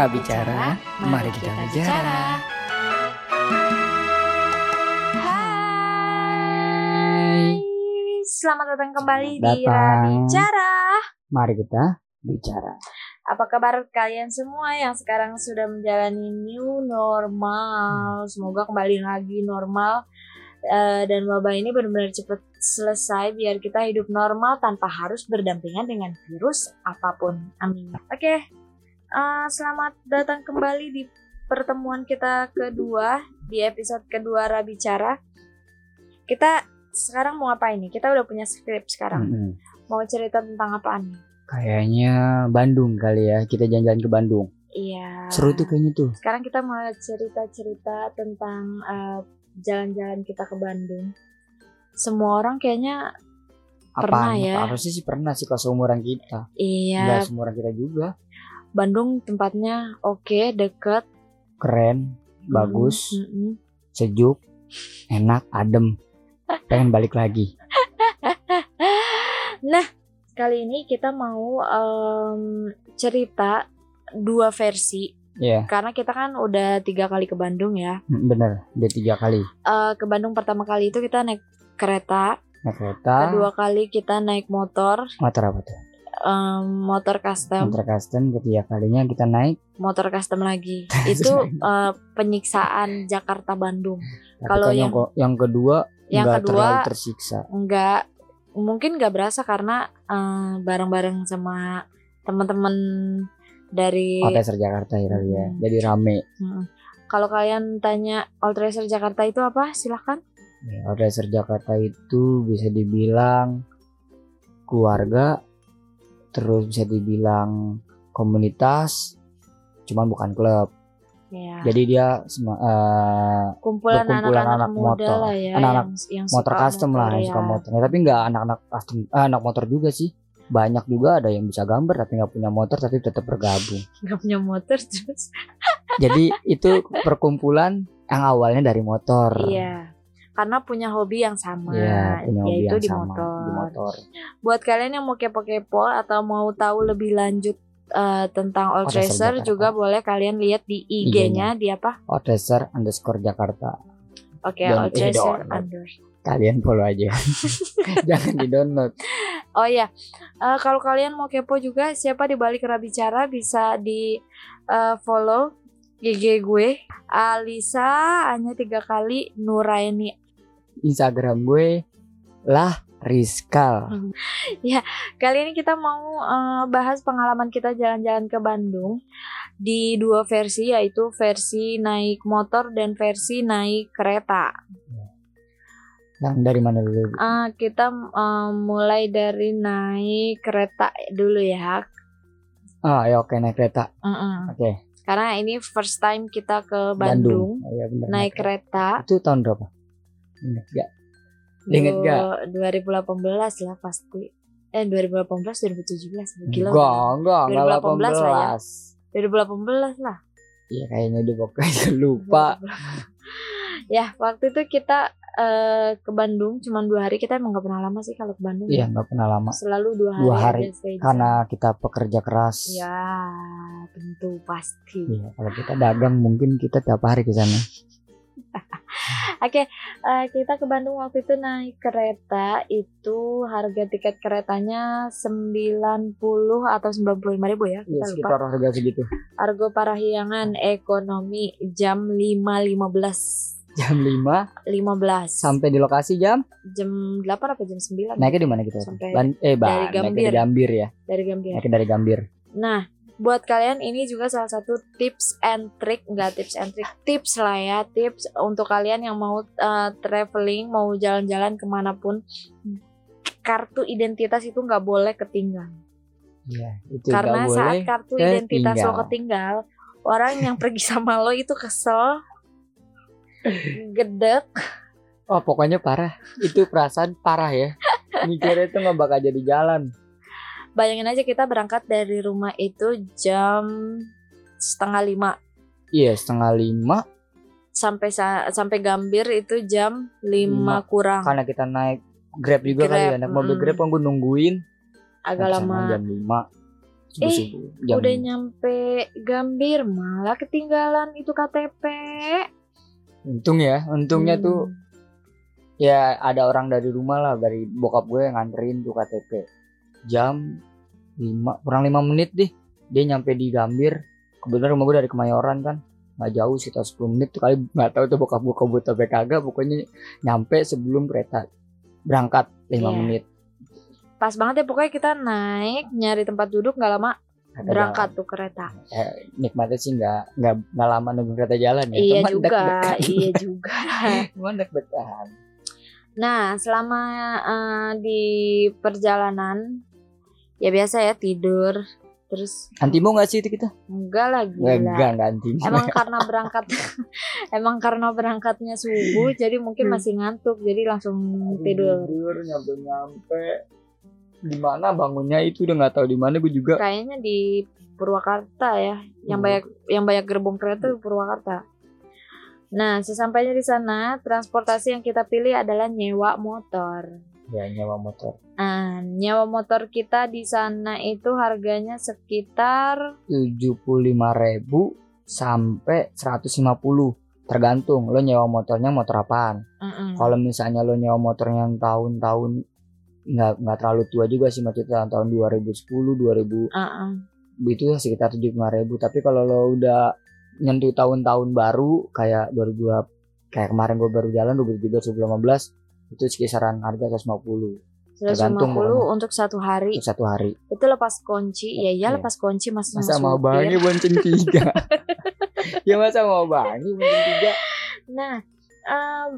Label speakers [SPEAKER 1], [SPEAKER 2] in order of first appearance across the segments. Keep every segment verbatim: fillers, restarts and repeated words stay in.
[SPEAKER 1] Rabicara, mari kita bicara.
[SPEAKER 2] Hai, selamat datang kembali
[SPEAKER 1] Selamat
[SPEAKER 2] di
[SPEAKER 1] datang.
[SPEAKER 2] Rabicara.
[SPEAKER 1] Mari kita bicara.
[SPEAKER 2] Apa kabar kalian semua yang sekarang sudah menjalani new normal? Semoga kembali lagi normal uh, dan wabah ini benar-benar cepat selesai biar kita hidup normal tanpa harus berdampingan dengan virus apapun. Amin. Oke. Okay. Uh, selamat datang kembali di pertemuan kita kedua di episode kedua Rabicara. Kita sekarang mau apa ini? Kita udah punya skrip sekarang.
[SPEAKER 1] Mm-hmm.
[SPEAKER 2] Mau cerita tentang apaan nih?
[SPEAKER 1] Kayaknya Bandung kali ya. Kita jalan-jalan ke Bandung.
[SPEAKER 2] Iya.
[SPEAKER 1] Seru tuh kayaknya tuh.
[SPEAKER 2] Sekarang kita mau cerita-cerita tentang uh, jalan-jalan kita ke Bandung. Semua orang kayaknya
[SPEAKER 1] Apaan?
[SPEAKER 2] pernah ya.
[SPEAKER 1] Harusnya sih pernah sih kalau seumuran kita.
[SPEAKER 2] Iya.
[SPEAKER 1] Enggak seumuran kita juga.
[SPEAKER 2] Bandung tempatnya oke, deket,
[SPEAKER 1] keren, bagus,
[SPEAKER 2] mm-hmm.
[SPEAKER 1] sejuk, enak, adem. Pengen balik lagi.
[SPEAKER 2] Nah, kali ini kita mau um, cerita dua versi.
[SPEAKER 1] Iya. Yeah.
[SPEAKER 2] Karena kita kan udah tiga kali ke Bandung ya.
[SPEAKER 1] Bener, udah tiga kali.
[SPEAKER 2] Uh, ke Bandung pertama kali itu kita naik kereta.
[SPEAKER 1] Naik kereta.
[SPEAKER 2] Kedua kali kita naik motor.
[SPEAKER 1] Motor apa tuh?
[SPEAKER 2] Um, motor custom.
[SPEAKER 1] Motor custom. Ketiga kalinya kita naik
[SPEAKER 2] motor custom lagi. Itu uh, penyiksaan Jakarta Bandung.
[SPEAKER 1] Kalau yang yang, yang kedua
[SPEAKER 2] yang
[SPEAKER 1] enggak
[SPEAKER 2] kedua
[SPEAKER 1] terlalu tersiksa.
[SPEAKER 2] Enggak, mungkin enggak berasa karena uh, bareng-bareng sama teman-teman dari
[SPEAKER 1] Old Tracer Jakarta ya, hmm. ya. Jadi rame.
[SPEAKER 2] Hmm. Kalau kalian tanya Old Tracer Jakarta itu apa? Silahkan.
[SPEAKER 1] Ya, Old Tracer Jakarta itu bisa dibilang keluarga. Terus bisa dibilang komunitas, cuman bukan klub.
[SPEAKER 2] Ya.
[SPEAKER 1] Jadi dia uh,
[SPEAKER 2] kumpulan anak-anak muda
[SPEAKER 1] motor,
[SPEAKER 2] lah ya,
[SPEAKER 1] anak-anak
[SPEAKER 2] yang, yang
[SPEAKER 1] motor custom
[SPEAKER 2] motor,
[SPEAKER 1] lah, yang
[SPEAKER 2] ya.
[SPEAKER 1] suka motor. Ya, tapi nggak anak-anak custom, eh, anak motor juga sih. Banyak juga ada yang bisa gambar tapi nggak punya motor tapi tetap bergabung.
[SPEAKER 2] Nggak punya motor terus.
[SPEAKER 1] Jadi itu perkumpulan yang awalnya dari motor.
[SPEAKER 2] Iya. Karena punya hobi yang sama,
[SPEAKER 1] ya, punya hobi
[SPEAKER 2] yaitu
[SPEAKER 1] yang
[SPEAKER 2] di,
[SPEAKER 1] sama,
[SPEAKER 2] motor.
[SPEAKER 1] di motor.
[SPEAKER 2] Buat kalian yang mau kepo-kepo atau mau tahu lebih lanjut uh, tentang Old Tracer juga boleh kalian lihat di I G-nya, I G-nya di apa?
[SPEAKER 1] Old Tracer underscore Jakarta.
[SPEAKER 2] Oke, okay, Old Tracer underscore.
[SPEAKER 1] Kalian follow aja, jangan di download.
[SPEAKER 2] Oh ya, uh, kalau kalian mau kepo juga siapa di balik Rabicara bisa di uh, follow G G gue Alisa hanya tiga kali Nuraini.
[SPEAKER 1] Instagram gue lah Rizkal.
[SPEAKER 2] Ya, kali ini kita mau uh, bahas pengalaman kita jalan-jalan ke Bandung di dua versi, yaitu versi naik motor dan versi naik kereta.
[SPEAKER 1] Yang dari mana dulu?
[SPEAKER 2] Uh, kita uh, mulai dari naik kereta dulu ya.
[SPEAKER 1] Ah, ya oke, naik kereta.
[SPEAKER 2] Uh-uh.
[SPEAKER 1] Oke. Okay.
[SPEAKER 2] Karena ini first time kita ke Bandung,
[SPEAKER 1] Bandung. Oh, ya, bener,
[SPEAKER 2] naik kereta.
[SPEAKER 1] Itu tahun berapa? Ingat gak? Ingat gak?
[SPEAKER 2] dua ribu delapan belas lah pasti. Eh dua ribu delapan belas dua ribu tujuh belas gila.
[SPEAKER 1] Enggak, enggak, enggak delapan belas
[SPEAKER 2] lah ya. dua ribu delapan belas lah.
[SPEAKER 1] Iya kayaknya udah pokoknya lupa.
[SPEAKER 2] Ya, waktu itu kita uh, ke Bandung cuma dua hari. Kita emang gak pernah lama sih kalau ke Bandung.
[SPEAKER 1] Iya, ya? Gak pernah lama.
[SPEAKER 2] Selalu dua hari.
[SPEAKER 1] Dua hari. Karena kita pekerja keras.
[SPEAKER 2] Ya, tentu pasti.
[SPEAKER 1] Iya, kalau kita dagang mungkin kita tiap hari ke sana.
[SPEAKER 2] Oke, okay, uh, kita ke Bandung waktu itu naik kereta. Itu harga tiket keretanya sembilan puluh atau sembilan puluh lima ribu ya.
[SPEAKER 1] Iya, sekitar harga segitu.
[SPEAKER 2] Argo Parahyangan ekonomi jam lima lima belas.
[SPEAKER 1] Jam lima
[SPEAKER 2] lima belas.
[SPEAKER 1] Sampai di lokasi jam?
[SPEAKER 2] Jam delapan atau jam sembilan.
[SPEAKER 1] Naiknya di mana kita?
[SPEAKER 2] Sampai
[SPEAKER 1] Ban- eh,
[SPEAKER 2] dari Gambir.
[SPEAKER 1] Dari Gambir ya.
[SPEAKER 2] Dari Gambir.
[SPEAKER 1] Naiknya dari Gambir.
[SPEAKER 2] Nah, buat kalian ini juga salah satu tips and trick, enggak tips and trick, tips lah ya, tips untuk kalian yang mau uh, traveling, mau jalan-jalan kemanapun, kartu identitas itu nggak boleh ketinggalan.
[SPEAKER 1] Iya, itu
[SPEAKER 2] karena
[SPEAKER 1] boleh
[SPEAKER 2] saat kartu
[SPEAKER 1] ketinggal.
[SPEAKER 2] identitas lo ketinggal, orang yang pergi sama lo itu kesel, gedek.
[SPEAKER 1] Oh pokoknya parah, itu perasaan parah ya. Mikirnya itu nggak bakal jadi jalan.
[SPEAKER 2] Bayangin aja kita berangkat dari rumah itu jam setengah lima.
[SPEAKER 1] Iya setengah lima.
[SPEAKER 2] Sampai sampai Gambir itu jam lima kurang.
[SPEAKER 1] Karena kita naik Grab juga
[SPEAKER 2] Grab,
[SPEAKER 1] kali ya. Naik mobil
[SPEAKER 2] mm.
[SPEAKER 1] Grab kan gue nungguin.
[SPEAKER 2] Agak lama.
[SPEAKER 1] Jam lima. subuh-subuh. Jam
[SPEAKER 2] Udah nyampe Gambir malah ketinggalan itu K T P.
[SPEAKER 1] untung ya, untungnya
[SPEAKER 2] Hmm.
[SPEAKER 1] tuh ya ada orang dari rumah lah, dari bokap gue yang nganterin tuh K T P. Jam lima kurang lima menit deh dia nyampe di Gambir. Kebetulan rumah gue dari Kemayoran kan, nggak jauh sekitar sepuluh menit tuh kali, nggak tahu tuh bokap gue kebut tapi kagak, pokoknya nyampe sebelum kereta berangkat lima
[SPEAKER 2] Iya.
[SPEAKER 1] menit.
[SPEAKER 2] Pas banget ya pokoknya kita naik nyari tempat duduk nggak lama
[SPEAKER 1] Kereta
[SPEAKER 2] berangkat
[SPEAKER 1] jalan.
[SPEAKER 2] tuh kereta.
[SPEAKER 1] Eh, nikmatnya sih nggak nggak nggak lama nunggu kereta jalan ya.
[SPEAKER 2] Iya
[SPEAKER 1] Cuman
[SPEAKER 2] juga,
[SPEAKER 1] deg-degan.
[SPEAKER 2] iya juga.
[SPEAKER 1] Cuman deg-degan.
[SPEAKER 2] Nah selama eh, di perjalanan ya biasa ya tidur terus
[SPEAKER 1] Antimo nggak sih itu kita?
[SPEAKER 2] enggak lah
[SPEAKER 1] Nggak
[SPEAKER 2] gila.
[SPEAKER 1] nggak nggak antimo.
[SPEAKER 2] Emang karena berangkat emang karena berangkatnya subuh jadi mungkin
[SPEAKER 1] Hmm.
[SPEAKER 2] masih ngantuk jadi langsung tidur.
[SPEAKER 1] Tidur nyampe nyampe di mana bangunnya itu udah nggak tahu di mana gue juga.
[SPEAKER 2] Kayaknya di Purwakarta ya, yang
[SPEAKER 1] Hmm.
[SPEAKER 2] banyak yang banyak gerbong kereta di Purwakarta. Nah, sesampainya di sana, transportasi yang kita pilih adalah nyewa motor.
[SPEAKER 1] Ya nyewa motor
[SPEAKER 2] Nah, nyewa motor kita di sana itu harganya sekitar
[SPEAKER 1] tujuh puluh lima ribu sampai seratus lima puluh tergantung lo nyewa motornya motor apaan.
[SPEAKER 2] mm-mm.
[SPEAKER 1] Kalau misalnya lo nyewa motornya yang tahun-tahun nggak nggak terlalu tua juga sih, maksudnya tahun dua ribu sepuluh dua ribu
[SPEAKER 2] Uh-uh.
[SPEAKER 1] itu sekitar tujuh puluh lima ribu. Tapi kalau lo udah nyentuh tahun-tahun baru kayak dua ribu kayak kemarin gue baru jalan dua ribu tujuh belas dua ribu delapan belas itu kisaran harga seratus lima puluh
[SPEAKER 2] seratus lima
[SPEAKER 1] tergantung
[SPEAKER 2] puluh
[SPEAKER 1] pokoknya.
[SPEAKER 2] untuk satu hari.
[SPEAKER 1] untuk satu hari.
[SPEAKER 2] Itu lepas kunci. Ya iya
[SPEAKER 1] Iya.
[SPEAKER 2] lepas kunci mas
[SPEAKER 1] Masa mau bangi bonceng tiga. Ya masa mau bangi bonceng tiga.
[SPEAKER 2] Nah, em,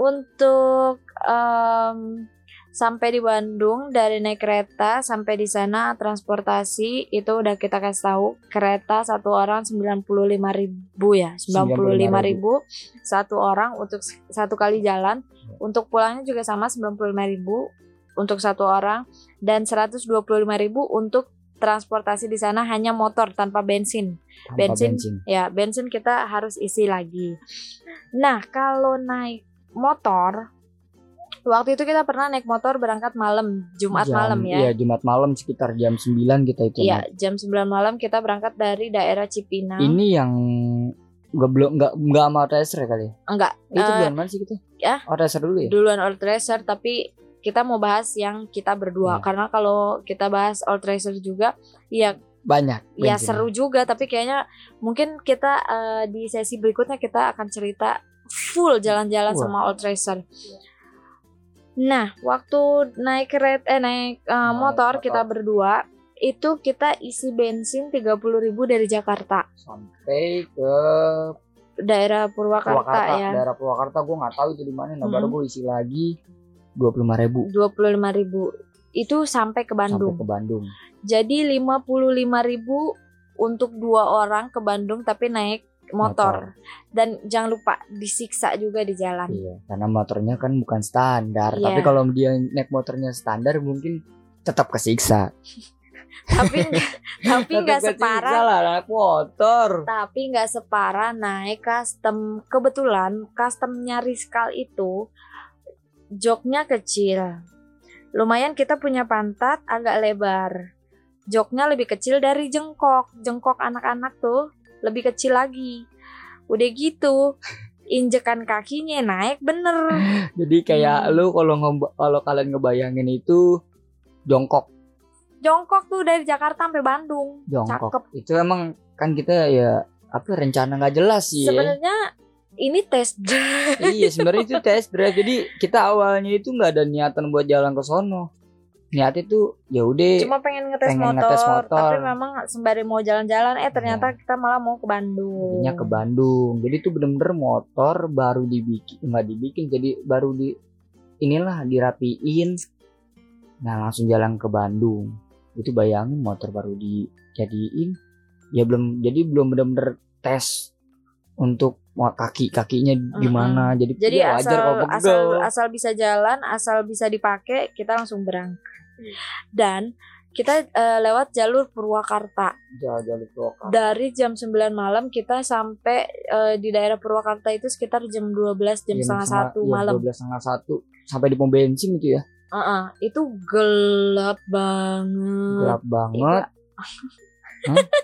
[SPEAKER 2] untuk em, sampai di Bandung dari naik kereta sampai di sana transportasi itu udah kita kasih tahu, kereta satu orang sembilan puluh lima ribu ya, sembilan puluh lima ribu satu orang untuk satu kali jalan. Untuk pulangnya juga sama sembilan puluh lima ribu untuk satu orang dan seratus dua puluh lima ribu untuk transportasi di sana hanya motor tanpa bensin.
[SPEAKER 1] Tanpa
[SPEAKER 2] Bensin,
[SPEAKER 1] bensin.
[SPEAKER 2] ya bensin kita harus isi lagi. Nah kalau naik motor, waktu itu kita pernah naik motor berangkat malam, Jumat
[SPEAKER 1] Jam-
[SPEAKER 2] malam ya.
[SPEAKER 1] Iya Jumat malam sekitar jam sembilan kita itu.
[SPEAKER 2] Iya,
[SPEAKER 1] naik.
[SPEAKER 2] jam sembilan malam kita berangkat dari daerah Cipinang.
[SPEAKER 1] Ini yang nggak belum nggak nggak sama Tracer kali ya?
[SPEAKER 2] Enggak,
[SPEAKER 1] Itu
[SPEAKER 2] eh,
[SPEAKER 1] bulan mana sih kita?
[SPEAKER 2] ya.
[SPEAKER 1] Oh Tracer dulu ya?
[SPEAKER 2] duluan All Tracer, tapi kita mau bahas yang kita berdua.
[SPEAKER 1] Iya.
[SPEAKER 2] Karena kalau kita bahas All Tracer juga, ya
[SPEAKER 1] Banyak.
[SPEAKER 2] ya
[SPEAKER 1] bensinnya.
[SPEAKER 2] seru juga. Tapi kayaknya mungkin kita eh, di sesi berikutnya kita akan cerita full jalan-jalan
[SPEAKER 1] Wah.
[SPEAKER 2] sama All Tracer. Nah, waktu naik kereta, eh naik eh,
[SPEAKER 1] Naik
[SPEAKER 2] motor
[SPEAKER 1] motor.
[SPEAKER 2] kita berdua, itu kita isi bensin tiga puluh ribu dari Jakarta,
[SPEAKER 1] Sampai ke
[SPEAKER 2] daerah Purwakarta,
[SPEAKER 1] Purwakarta.
[SPEAKER 2] ya.
[SPEAKER 1] Daerah Purwakarta gue nggak tahu itu di mana. Nah
[SPEAKER 2] Hmm.
[SPEAKER 1] baru gue isi lagi dua puluh lima ribu
[SPEAKER 2] dua puluh lima ribu itu sampai ke Bandung.
[SPEAKER 1] sampai ke Bandung.
[SPEAKER 2] Jadi lima puluh lima ribu untuk dua orang ke Bandung tapi naik motor. Dan jangan lupa disiksa juga di jalan.
[SPEAKER 1] Iya, karena motornya kan bukan standar.
[SPEAKER 2] Iya.
[SPEAKER 1] Tapi kalau dia naik motornya standar mungkin tetap kesiksa.
[SPEAKER 2] Tapi tapi nggak
[SPEAKER 1] Tetap kesiksa
[SPEAKER 2] separah
[SPEAKER 1] lah naik motor.
[SPEAKER 2] tapi nggak separah naik custom. Kebetulan customnya Rizkal itu joknya kecil. Lumayan kita punya pantat agak lebar. Joknya lebih kecil dari jengkok. Jengkok anak-anak tuh lebih kecil lagi. Udah gitu, injekan kakinya naik bener.
[SPEAKER 1] Jadi kayak
[SPEAKER 2] Hmm.
[SPEAKER 1] lu kalau ngeba- kalau kalian ngebayangin itu jongkok,
[SPEAKER 2] Jongkok tuh dari Jakarta sampai Bandung.
[SPEAKER 1] jongkok.
[SPEAKER 2] Cakep.
[SPEAKER 1] Itu emang kan kita ya apa rencana nggak jelas sih. ya.
[SPEAKER 2] Sebenarnya ini test drive.
[SPEAKER 1] Iya sebenarnya itu test drive. Jadi kita awalnya itu nggak ada niatan buat jalan ke sono. Niatnya tuh ya udah
[SPEAKER 2] Cuma pengen ngetes
[SPEAKER 1] pengen
[SPEAKER 2] motor,
[SPEAKER 1] ngetes motor.
[SPEAKER 2] tapi memang sembari mau jalan-jalan, eh ternyata kita malah mau ke Bandung.
[SPEAKER 1] jadinya ke Bandung. Jadi itu bener-bener motor baru dibikin, nggak dibikin, jadi baru di inilah dirapiin. Nah langsung jalan ke Bandung. Itu bayangin motor baru dijadiin, ya belum, jadi belum bener-bener tes untuk kaki kakinya gimana. Jadi,
[SPEAKER 2] Jadi
[SPEAKER 1] ya wajar
[SPEAKER 2] asal
[SPEAKER 1] kalau
[SPEAKER 2] asal
[SPEAKER 1] pegel.
[SPEAKER 2] asal bisa jalan, asal bisa dipakai, kita langsung berangkat. Dan kita eh, lewat jalur Purwakarta.
[SPEAKER 1] Jalan-jalan ke Purwakarta.
[SPEAKER 2] Dari jam sembilan malam kita sampai eh, di daerah Purwakarta itu sekitar jam dua belas, jam setengah satu malam.
[SPEAKER 1] dua belas setengah satu sampai di pom bensin itu ya.
[SPEAKER 2] Uh-uh, itu gelap banget.
[SPEAKER 1] Gelap banget.
[SPEAKER 2] Iya,
[SPEAKER 1] Hah?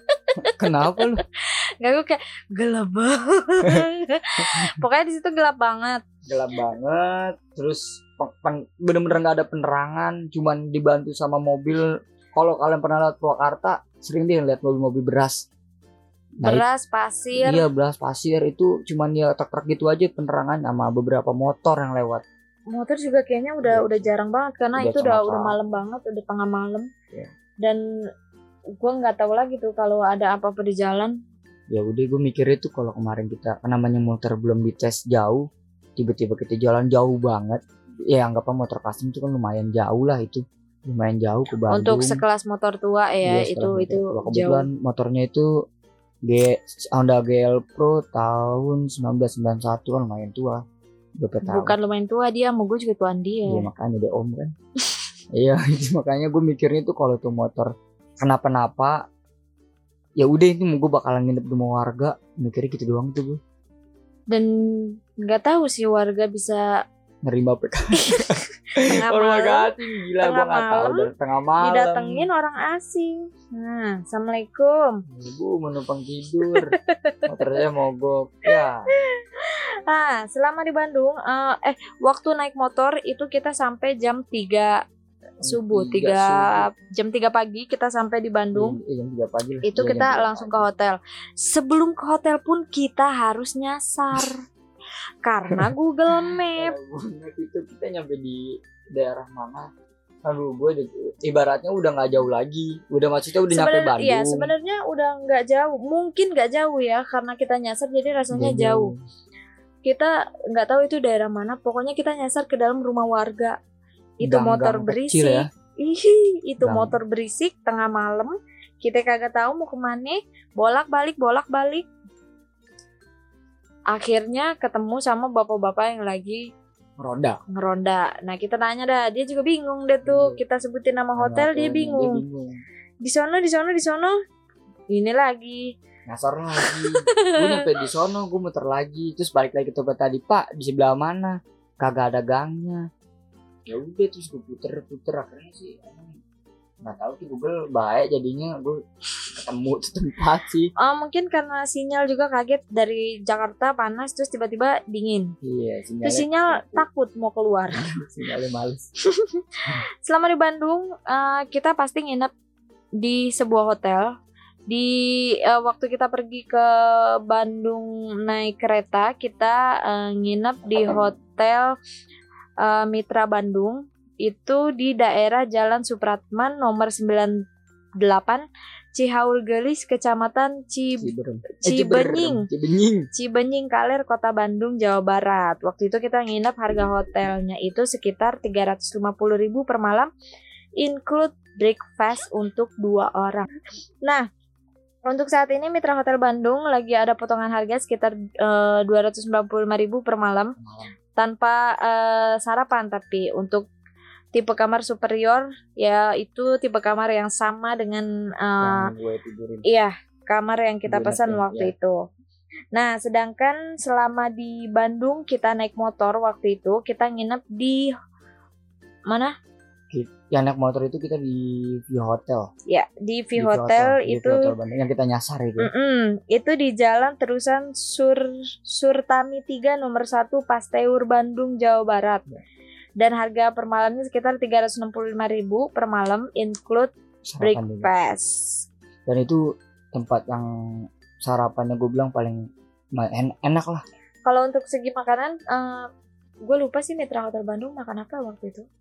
[SPEAKER 1] Kenapa lu?
[SPEAKER 2] Gak, gue kayak gelap banget. Pokoknya di situ gelap banget.
[SPEAKER 1] Gelap banget. Terus pen- pen- bener-bener nggak ada penerangan, cuman dibantu sama mobil. Kalau kalian pernah lihat Purwakarta, sering deh lihat mobil-mobil beras. Nah,
[SPEAKER 2] Beras, pasir.
[SPEAKER 1] iya beras pasir itu cuman ya truk-truk gitu aja penerangan sama beberapa motor yang lewat.
[SPEAKER 2] Motor juga kayaknya udah
[SPEAKER 1] Iya.
[SPEAKER 2] udah jarang banget karena
[SPEAKER 1] Udah
[SPEAKER 2] itu udah
[SPEAKER 1] sangat
[SPEAKER 2] udah
[SPEAKER 1] jarang.
[SPEAKER 2] malam banget, udah tengah malam.
[SPEAKER 1] Iya.
[SPEAKER 2] Dan gue nggak tahu lagi tuh kalau ada apa-apa di jalan.
[SPEAKER 1] Ya udah gue mikirnya tuh kalau kemarin kita namanya motor belum dites jauh, tiba-tiba kita jalan jauh banget. Ya anggaplah motor custom itu kan lumayan jauh lah itu. Lumayan jauh ke Bandung.
[SPEAKER 2] Untuk sekelas motor tua ya,
[SPEAKER 1] Iya,
[SPEAKER 2] itu
[SPEAKER 1] setelah
[SPEAKER 2] itu
[SPEAKER 1] motor tua.
[SPEAKER 2] jauh.
[SPEAKER 1] Kebetulan motornya itu G Honda G L Pro tahun sembilan belas sembilan puluh satu kan lumayan tua. Berapa tahun?
[SPEAKER 2] Bukan lumayan tua dia, mau gue juga tuan dia.
[SPEAKER 1] Iya makanya dia om kan. Iya makanya gue mikirnya tuh kalau tuh motor kenapa-napa, ya udah itu gue bakalan nginep di rumah warga. Mikirnya gitu doang tuh gue.
[SPEAKER 2] Dan nggak tahu sih warga bisa
[SPEAKER 1] Nerima P K.
[SPEAKER 2] tengah
[SPEAKER 1] Orang
[SPEAKER 2] malam
[SPEAKER 1] asing gila gue
[SPEAKER 2] tengah
[SPEAKER 1] nggak tahu
[SPEAKER 2] malam
[SPEAKER 1] dari tengah malam.
[SPEAKER 2] didatengin orang asing. Nah, assalamualaikum.
[SPEAKER 1] Ibu menumpang tidur. Motornya mogok. Ya.
[SPEAKER 2] Ah, selama di Bandung, eh, eh waktu naik motor itu kita sampai jam tiga subuh,
[SPEAKER 1] Tiga
[SPEAKER 2] tiga
[SPEAKER 1] subuh.
[SPEAKER 2] jam tiga pagi kita sampai di Bandung.
[SPEAKER 1] Iya, jam tiga pagi lah.
[SPEAKER 2] Itu
[SPEAKER 1] Iya,
[SPEAKER 2] kita
[SPEAKER 1] jam tiga
[SPEAKER 2] langsung
[SPEAKER 1] pagi.
[SPEAKER 2] ke hotel. Sebelum ke hotel pun kita harus nyasar. Karena Google Map.
[SPEAKER 1] Kalau Google itu kita nyampe di daerah mana? Aduh, gue ibaratnya udah nggak jauh lagi. Udah maksudnya udah nyampe
[SPEAKER 2] Sebenarnya
[SPEAKER 1] Bandung.
[SPEAKER 2] iya, sebenarnya udah nggak jauh. Mungkin nggak jauh ya karena kita nyasar jadi rasanya
[SPEAKER 1] Udah
[SPEAKER 2] jauh. Kita nggak tahu itu daerah mana. Pokoknya kita nyasar ke dalam rumah warga. Itu
[SPEAKER 1] Gang-gang
[SPEAKER 2] motor
[SPEAKER 1] kecil
[SPEAKER 2] berisik.
[SPEAKER 1] ya.
[SPEAKER 2] Ih, itu
[SPEAKER 1] Gang.
[SPEAKER 2] motor berisik tengah malam. Kita kagak tahu mau kemana. Bolak-balik, bolak-balik. Akhirnya ketemu sama bapak-bapak yang lagi
[SPEAKER 1] Ronda.
[SPEAKER 2] ngeronda. Nah kita tanya dah, dia juga bingung deh tuh.
[SPEAKER 1] Iya.
[SPEAKER 2] Kita sebutin nama hotel, dia bingung. Di sono, di sono, di sono. Ini lagi.
[SPEAKER 1] Ngasar lagi. Gue nyampe di sono, gue muter lagi. Terus balik lagi ke tempat tadi, Pak, di sebelah mana? Kagak ada gangnya. Ya udah terus gue puter-puter akhirnya sih nggak tahu sih Google baik jadinya gue ketemu di tempat sih.
[SPEAKER 2] Oh mungkin karena sinyal juga kaget dari Jakarta panas terus tiba-tiba dingin.
[SPEAKER 1] Iya, sinyalnya.
[SPEAKER 2] Terus sinyal takut mau keluar.
[SPEAKER 1] Sinyalnya males.
[SPEAKER 2] Selama di Bandung uh, kita pasti nginep di sebuah hotel. Di uh, waktu kita pergi ke Bandung naik kereta kita uh, nginep di hotel uh, Mitra Bandung. Itu di daerah Jalan Supratman nomor sembilan puluh delapan Cihaur Gelis, Kecamatan Cib-
[SPEAKER 1] Ciberem. Eh,
[SPEAKER 2] Cibenying.
[SPEAKER 1] Cibenying.
[SPEAKER 2] Cibenying, Kaler, Kota Bandung, Jawa Barat. Waktu itu kita nginep, harga hotelnya itu sekitar tiga ratus lima puluh ribu per malam, include breakfast untuk dua orang. Nah, untuk saat ini Mitra Hotel Bandung lagi ada potongan harga sekitar uh, dua ratus sembilan puluh lima ribu per malam tanpa uh, sarapan, tapi untuk tipe kamar superior ya itu tipe kamar yang sama dengan uh,
[SPEAKER 1] yang gue tidurin.
[SPEAKER 2] iya kamar yang kita
[SPEAKER 1] Gue
[SPEAKER 2] pesan
[SPEAKER 1] ngerti,
[SPEAKER 2] waktu
[SPEAKER 1] ya.
[SPEAKER 2] itu. Nah sedangkan selama di Bandung kita naik motor waktu itu kita nginep di mana?
[SPEAKER 1] Yang naik motor itu kita di View Hotel.
[SPEAKER 2] Ya di V
[SPEAKER 1] Di
[SPEAKER 2] Hotel
[SPEAKER 1] Di
[SPEAKER 2] itu.
[SPEAKER 1] View Hotel Bandung yang kita nyasar itu.
[SPEAKER 2] Mm-mm, itu di jalan terusan Sur Surtami tiga nomor satu Pasteur Bandung Jawa Barat.
[SPEAKER 1] Ya.
[SPEAKER 2] Dan harga per malamnya sekitar tiga ratus enam puluh lima ribu per malam include
[SPEAKER 1] Sarapan juga.
[SPEAKER 2] breakfast.
[SPEAKER 1] Dan itu tempat yang sarapannya gue bilang paling ma- en- enak lah.
[SPEAKER 2] Kalau untuk segi makanan uh, gue lupa sih Mitra Hotel Bandung makan apa waktu itu.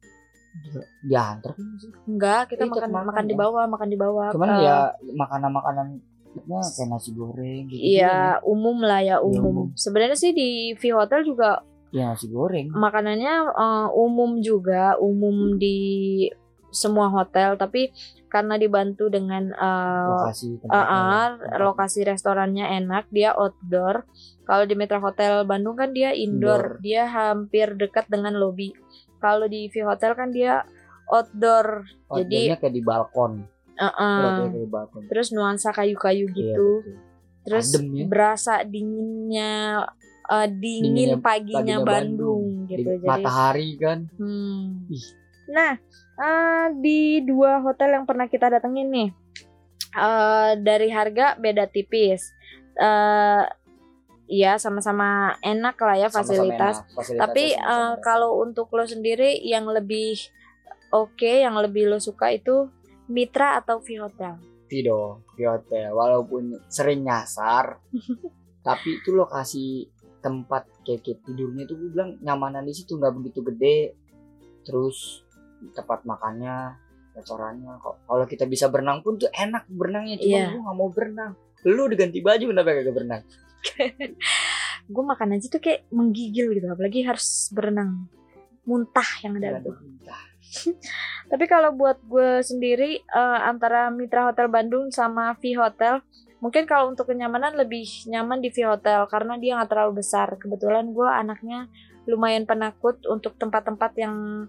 [SPEAKER 1] Diantar kan sih.
[SPEAKER 2] Enggak, kita
[SPEAKER 1] Ikut
[SPEAKER 2] makan
[SPEAKER 1] makan
[SPEAKER 2] makan
[SPEAKER 1] ya.
[SPEAKER 2] di bawah, makan di bawah.
[SPEAKER 1] Cuman
[SPEAKER 2] Uh,
[SPEAKER 1] ya makanan-makanan kayak nasi goreng gitu.
[SPEAKER 2] Iya, umum lah ya,
[SPEAKER 1] Iya,
[SPEAKER 2] umum.
[SPEAKER 1] umum.
[SPEAKER 2] Sebenarnya sih di V Hotel juga
[SPEAKER 1] Ya nasi goreng.
[SPEAKER 2] makanannya uh, umum juga, umum di semua hotel, tapi karena dibantu dengan uh,
[SPEAKER 1] Lokasi
[SPEAKER 2] uh,
[SPEAKER 1] tempatnya.
[SPEAKER 2] uh, lokasi restorannya enak, dia outdoor. Kalau di Mitra Hotel Bandung kan dia indoor,
[SPEAKER 1] Indoor.
[SPEAKER 2] dia hampir dekat dengan lobby. Kalau di V Hotel kan dia outdoor, jadi
[SPEAKER 1] Outdoornya kayak di balkon.
[SPEAKER 2] uh, uh,
[SPEAKER 1] Outdoornya kayak di balkon.
[SPEAKER 2] terus nuansa kayu-kayu
[SPEAKER 1] Iya,
[SPEAKER 2] gitu.
[SPEAKER 1] betul.
[SPEAKER 2] Terus
[SPEAKER 1] Adem ya.
[SPEAKER 2] berasa dinginnya uh, dingin
[SPEAKER 1] Dinginnya
[SPEAKER 2] paginya,
[SPEAKER 1] paginya
[SPEAKER 2] Bandung,
[SPEAKER 1] Di
[SPEAKER 2] gitu. Jadi
[SPEAKER 1] matahari kan.
[SPEAKER 2] hmm.
[SPEAKER 1] Ih.
[SPEAKER 2] Nah, uh, di dua hotel yang pernah kita datengin nih, uh, dari harga beda tipis. Uh, ya sama-sama enak lah ya fasilitas.
[SPEAKER 1] Sama-sama enak. Fasilitasnya
[SPEAKER 2] Tapi
[SPEAKER 1] sama-sama
[SPEAKER 2] uh,
[SPEAKER 1] enak.
[SPEAKER 2] kalau untuk lo sendiri yang lebih oke, okay, yang lebih lo suka itu Mitra atau V-Hotel?
[SPEAKER 1] Vido, V-Hotel. Walaupun sering nyasar, tapi itu lokasi tempat kayak tidurnya tuh gue bilang nyamanan di situ, nggak begitu gede. Terus tempat makannya, restorannya kok. Kalau kita bisa berenang pun tuh enak berenangnya. Cuma
[SPEAKER 2] yeah.
[SPEAKER 1] gue nggak mau berenang. Lu diganti baju kenapa kagak berenang?
[SPEAKER 2] Gue makan aja tuh kayak menggigil gitu, apalagi harus berenang, muntah yang ada tuh. Tapi kalau buat gue sendiri uh, antara Mitra Hotel Bandung sama V-Hotel, mungkin kalau untuk kenyamanan lebih nyaman di V-Hotel karena dia nggak terlalu besar. Kebetulan gue anaknya lumayan penakut untuk tempat-tempat yang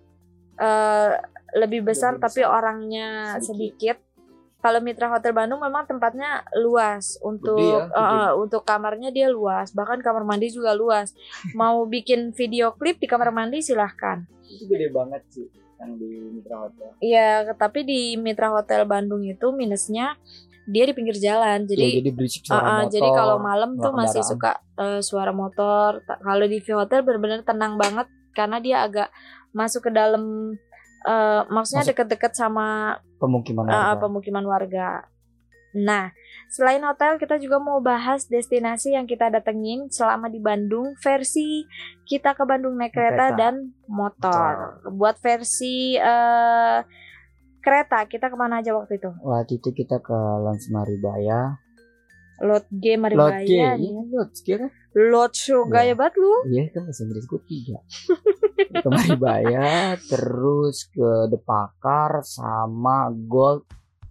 [SPEAKER 2] uh, lebih besar lebih tapi besar. Orangnya sedikit, sedikit. Kalau Mitra Hotel Bandung memang tempatnya luas untuk ya, uh, untuk kamarnya dia luas, bahkan kamar mandi juga luas. Mau bikin video klip di kamar mandi silahkan.
[SPEAKER 1] Itu gede banget sih yang di Mitra Hotel.
[SPEAKER 2] Iya, tapi di Mitra Hotel Bandung itu minusnya dia di pinggir jalan, jadi
[SPEAKER 1] ya, jadi berisik suara
[SPEAKER 2] uh, uh,
[SPEAKER 1] motor.
[SPEAKER 2] Jadi kalau malam tuh masih suka uh, suara motor. Kalau di V-Hotel benar-benar tenang banget karena dia agak masuk ke dalam. Uh, maksudnya Masuk deket-deket sama
[SPEAKER 1] pemukiman warga.
[SPEAKER 2] Uh, pemukiman warga. Nah, selain hotel kita juga mau bahas destinasi yang kita datengin selama di Bandung, versi kita ke Bandung naik kereta, kereta. dan motor. motor. Buat versi uh, kereta kita kemana aja waktu itu?
[SPEAKER 1] Waktu itu kita ke Lans Maribaya.
[SPEAKER 2] Lot G Maribaya.
[SPEAKER 1] Lot G, iya Lot G kan?
[SPEAKER 2] Lot show gaya banget lu.
[SPEAKER 1] Iya kan bahasa Inggris gue tiga. Ke Maribaya, terus ke Depakar sama Gold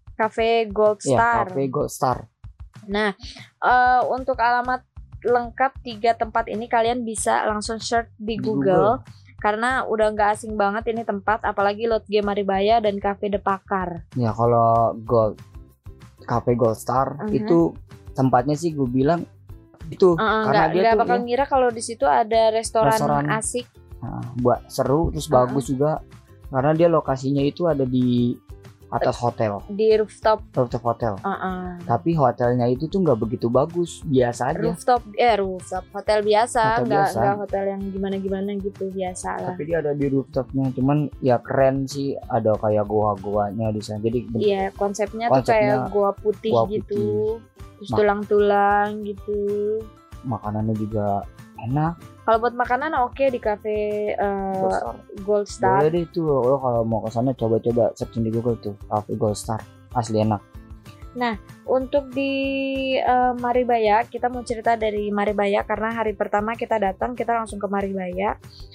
[SPEAKER 2] Cafe Gold Star.
[SPEAKER 1] Ya, Cafe Gold Star.
[SPEAKER 2] Nah, uh, untuk alamat lengkap tiga tempat ini kalian bisa langsung search di, di Google, Google karena udah nggak asing banget ini tempat, apalagi Lot G Maribaya dan Cafe Depakar.
[SPEAKER 1] Ya kalau Gold Cafe Gold Star uh-huh. itu tempatnya sih gue bilang itu
[SPEAKER 2] uh,
[SPEAKER 1] karena
[SPEAKER 2] gak,
[SPEAKER 1] dia
[SPEAKER 2] gak
[SPEAKER 1] tuh
[SPEAKER 2] bakal
[SPEAKER 1] ya,
[SPEAKER 2] ngira kalau di situ ada restoran, restoran asik.
[SPEAKER 1] Nah, buat seru terus
[SPEAKER 2] uh-huh.
[SPEAKER 1] bagus juga karena dia lokasinya itu ada di atas hotel,
[SPEAKER 2] di rooftop
[SPEAKER 1] rooftop hotel.
[SPEAKER 2] Uh-uh.
[SPEAKER 1] Tapi hotelnya itu tuh nggak begitu bagus, biasa aja.
[SPEAKER 2] Rooftop, eh rooftop hotel biasa,
[SPEAKER 1] hotel
[SPEAKER 2] nggak
[SPEAKER 1] biasa.
[SPEAKER 2] nggak hotel yang gimana-gimana gitu biasa lah.
[SPEAKER 1] Tapi dia ada di rooftopnya, cuman ya keren sih, ada kayak goa-goanya di sana. Jadi
[SPEAKER 2] iya konsepnya, konsepnya tuh kayak goa putih
[SPEAKER 1] goa
[SPEAKER 2] gitu,
[SPEAKER 1] putih.
[SPEAKER 2] terus tulang-tulang gitu.
[SPEAKER 1] Makanannya juga enak.
[SPEAKER 2] Kalau buat makanan oke okay, di cafe uh, Gold Star.
[SPEAKER 1] Boleh deh tuh lo kalau mau ke sana coba-coba searching di Google tuh Cafe Gold Star, asli enak.
[SPEAKER 2] Nah, untuk di uh, Maribaya kita mau cerita dari Maribaya karena hari pertama kita datang kita langsung ke Maribaya.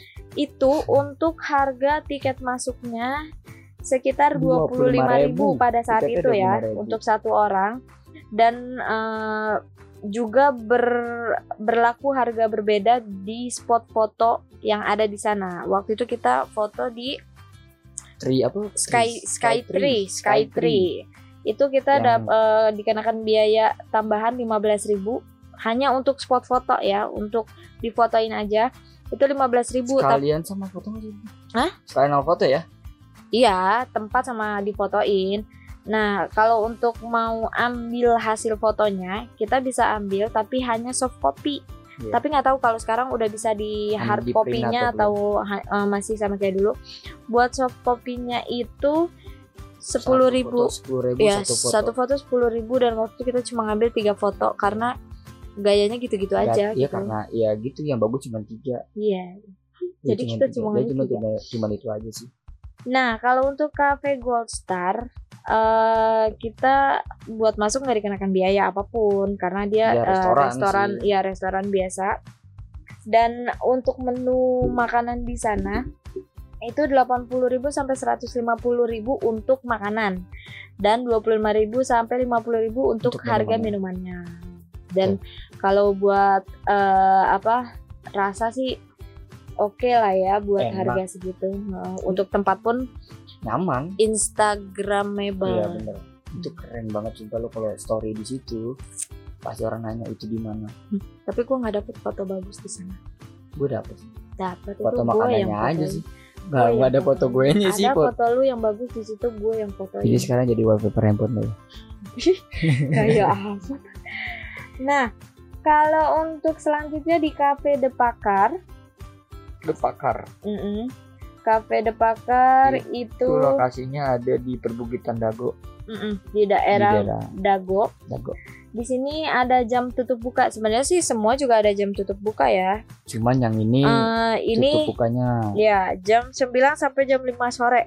[SPEAKER 2] Itu untuk harga tiket masuknya sekitar dua puluh lima ribu pada saat Tiketnya itu ya untuk satu orang dan uh, juga ber, berlaku harga berbeda di spot foto yang ada di sana. Waktu itu kita foto di
[SPEAKER 1] Tree apa?
[SPEAKER 2] Sky Sky Tree, Sky Tree. Itu kita yang... dap, uh, dikenakan biaya tambahan lima belas ribu hanya untuk spot foto ya, untuk difotoin aja. Itu lima belas ribu.
[SPEAKER 1] Sekalian sama foto sih?
[SPEAKER 2] Hah?
[SPEAKER 1] Sekalian foto ya?
[SPEAKER 2] Iya, tempat sama difotoin. Nah, kalau untuk mau ambil hasil fotonya, kita bisa ambil tapi hanya soft copy. Yeah. Tapi nggak tahu kalau sekarang udah bisa di hard copy-nya atau, atau uh, masih sama kayak dulu. Buat soft copy-nya itu sepuluh ribu. Ya, satu foto. satu foto sepuluh ribu dan waktu itu kita cuma ngambil tiga foto karena gayanya gitu-gitu aja.
[SPEAKER 1] Iya,
[SPEAKER 2] gitu.
[SPEAKER 1] Karena ya gitu yang bagus cuma tiga.
[SPEAKER 2] Iya.
[SPEAKER 1] Ya,
[SPEAKER 2] jadi kita cuma ngambil
[SPEAKER 1] cuma,
[SPEAKER 2] tiga.
[SPEAKER 1] Cuma itu aja sih.
[SPEAKER 2] Nah, kalau untuk Cafe Gold Star Uh, kita buat masuk nggak dikenakan biaya apapun karena dia ya, restoran, uh, restoran ya restoran biasa. Dan untuk menu makanan di sana itu delapan puluh ribu sampai seratus lima puluh ribu untuk makanan dan dua puluh lima ribu sampai lima puluh ribu untuk, untuk harga minumannya. Dan okay. kalau buat uh, apa rasa sih oke okay lah ya buat Enak. harga segitu. Uh, untuk tempat pun
[SPEAKER 1] nyaman,
[SPEAKER 2] instagramable.
[SPEAKER 1] Iya bener, itu keren banget juga lo kalau story di situ pasti orang nanya itu di mana.
[SPEAKER 2] Hmm, tapi gue nggak dapet foto bagus di sana.
[SPEAKER 1] Gue dapet.
[SPEAKER 2] Dapet
[SPEAKER 1] foto
[SPEAKER 2] itu gue yang foto
[SPEAKER 1] aja sih. Gak, gak ada foto gue nya sih.
[SPEAKER 2] Ada foto lu yang bagus di situ, gue yang foto.
[SPEAKER 1] Jadi sekarang jadi wallpaper handphone lo.
[SPEAKER 2] Kayak apa? Nah, kalau untuk selanjutnya di Cafe De Pakar,
[SPEAKER 1] The Pakar.
[SPEAKER 2] mm-mm. Cafe De Pakar
[SPEAKER 1] Itu
[SPEAKER 2] itu
[SPEAKER 1] lokasinya ada di Perbukitan Dago.
[SPEAKER 2] mm-mm, di daerah,
[SPEAKER 1] Di daerah
[SPEAKER 2] Dago.
[SPEAKER 1] Dago.
[SPEAKER 2] Di sini ada jam tutup buka. Sebenarnya sih semua juga ada jam tutup buka ya.
[SPEAKER 1] Cuman yang ini
[SPEAKER 2] Eh, ini
[SPEAKER 1] tutup bukanya
[SPEAKER 2] ya jam sembilan sampai jam lima sore.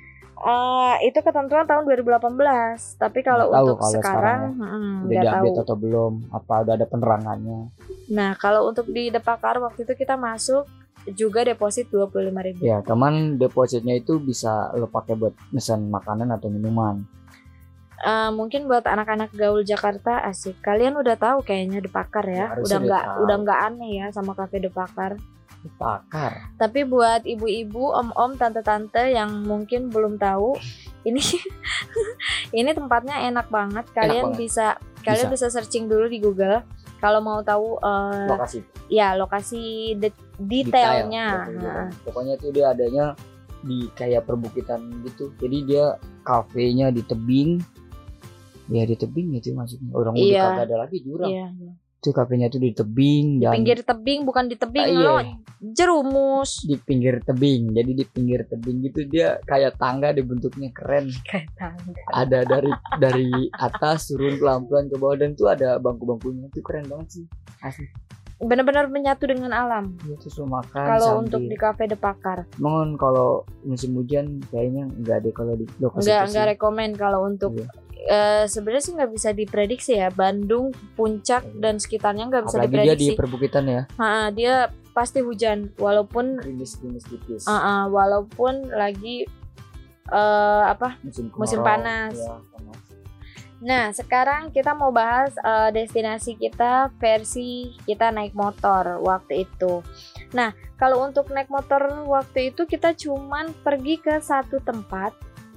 [SPEAKER 2] Eh, itu ketentuan tahun dua ribu delapan belas. Tapi kalau
[SPEAKER 1] Nggak tahu
[SPEAKER 2] untuk
[SPEAKER 1] kalau
[SPEAKER 2] sekarang,
[SPEAKER 1] sekarang
[SPEAKER 2] mm,
[SPEAKER 1] udah
[SPEAKER 2] nggak tahu.
[SPEAKER 1] diupdate atau belum, apa udah ada penerangannya.
[SPEAKER 2] Nah, kalau untuk di De Pakar waktu itu kita masuk juga deposit dua puluh lima ribu.
[SPEAKER 1] Ya, teman depositnya itu bisa lo pakai buat pesan makanan atau minuman.
[SPEAKER 2] Eh, mungkin buat anak-anak gaul Jakarta asik. Kalian udah tahu kayaknya De Pakar ya.
[SPEAKER 1] Ya, harusnya
[SPEAKER 2] udah
[SPEAKER 1] udah
[SPEAKER 2] nggak
[SPEAKER 1] tahu.
[SPEAKER 2] udah nggak aneh ya sama Cafe De Pakar.
[SPEAKER 1] The Pakar.
[SPEAKER 2] Tapi buat ibu-ibu, om-om, tante-tante yang mungkin belum tahu, ini ini tempatnya enak banget. Kalian
[SPEAKER 1] banget.
[SPEAKER 2] bisa kalian bisa searching dulu di Google kalau mau tahu eh,
[SPEAKER 1] Lokasi
[SPEAKER 2] ya lokasi de-
[SPEAKER 1] detail.
[SPEAKER 2] detailnya.
[SPEAKER 1] Betul,
[SPEAKER 2] Nah,
[SPEAKER 1] betul. Pokoknya itu dia adanya di kayak perbukitan gitu. Jadi dia kafenya di tebing. Ya di tebing itu maksudnya. Orang udah
[SPEAKER 2] Iya.
[SPEAKER 1] kagak ada lagi jurang.
[SPEAKER 2] iya, iya.
[SPEAKER 1] Itu kafenya itu di tebing
[SPEAKER 2] Di
[SPEAKER 1] dan
[SPEAKER 2] pinggir tebing, bukan di tebing
[SPEAKER 1] Ah, iya.
[SPEAKER 2] lo jerumus.
[SPEAKER 1] di pinggir tebing. Jadi di pinggir tebing gitu dia kayak tangga dibentuknya keren.
[SPEAKER 2] Kayak tangga.
[SPEAKER 1] Ada dari dari atas turun pelan-pelan ke bawah dan tuh ada bangku-bangkunya. Itu keren banget sih. Asli.
[SPEAKER 2] Benar-benar menyatu dengan alam.
[SPEAKER 1] Ya, terus lo makan
[SPEAKER 2] Kalau
[SPEAKER 1] sambil-
[SPEAKER 2] untuk di Cafe De Pakar,
[SPEAKER 1] Mohon kalau musim hujan kayaknya enggak deh kalau di lokasi
[SPEAKER 2] nggak
[SPEAKER 1] itu
[SPEAKER 2] nggak
[SPEAKER 1] sih.
[SPEAKER 2] rekomen kalau untuk
[SPEAKER 1] Iya.
[SPEAKER 2] eh, sebenarnya sih nggak bisa diprediksi ya. Bandung, Puncak
[SPEAKER 1] Iya.
[SPEAKER 2] dan sekitarnya nggak bisa
[SPEAKER 1] Apalagi dia di
[SPEAKER 2] diprediksi.
[SPEAKER 1] perbukitan ya.
[SPEAKER 2] Ha, dia pasti hujan walaupun
[SPEAKER 1] Gerimis-gerimis tipis.
[SPEAKER 2] uh, uh, walaupun lagi eh, apa?
[SPEAKER 1] Musim
[SPEAKER 2] musim
[SPEAKER 1] kemarau.
[SPEAKER 2] panas.
[SPEAKER 1] Ya, panas.
[SPEAKER 2] Nah, sekarang kita mau bahas eh, destinasi kita versi kita naik motor waktu itu. Nah, kalau untuk naik motor waktu itu kita cuman pergi ke satu tempat.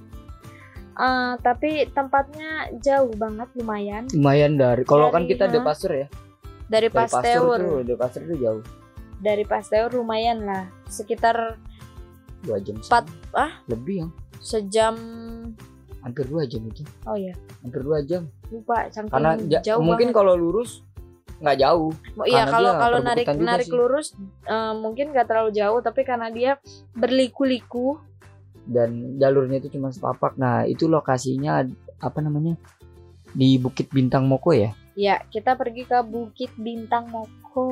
[SPEAKER 2] Eh, tapi tempatnya jauh banget, lumayan
[SPEAKER 1] Lumayan dari kalau kan
[SPEAKER 2] Dari,
[SPEAKER 1] kita
[SPEAKER 2] ha?
[SPEAKER 1] de Pasteur ya.
[SPEAKER 2] dari
[SPEAKER 1] Dari Pasteur
[SPEAKER 2] Pasteur.
[SPEAKER 1] tuh, de Pasteur tuh jauh.
[SPEAKER 2] Dari Pasteur lumayan lah, sekitar
[SPEAKER 1] dua jam.
[SPEAKER 2] Empat,
[SPEAKER 1] setengah.
[SPEAKER 2] ah?
[SPEAKER 1] Lebih ya.
[SPEAKER 2] sejam.
[SPEAKER 1] Hampir dua jam itu.
[SPEAKER 2] Oh ya,
[SPEAKER 1] Hampir dua jam.
[SPEAKER 2] lupa saking
[SPEAKER 1] Karena ja-
[SPEAKER 2] jauh
[SPEAKER 1] mungkin
[SPEAKER 2] banget.
[SPEAKER 1] kalau lurus nggak jauh.
[SPEAKER 2] Oh, iya,
[SPEAKER 1] karena
[SPEAKER 2] kalau
[SPEAKER 1] dia
[SPEAKER 2] kalau narik
[SPEAKER 1] perbukitan juga
[SPEAKER 2] narik
[SPEAKER 1] sih.
[SPEAKER 2] lurus eh, mungkin nggak terlalu jauh, tapi karena dia berliku-liku.
[SPEAKER 1] Dan jalurnya itu cuma setapak. Nah, itu lokasinya apa namanya? Di Bukit Bintang Moko ya.
[SPEAKER 2] Ya, kita pergi ke Bukit Bintang Moko.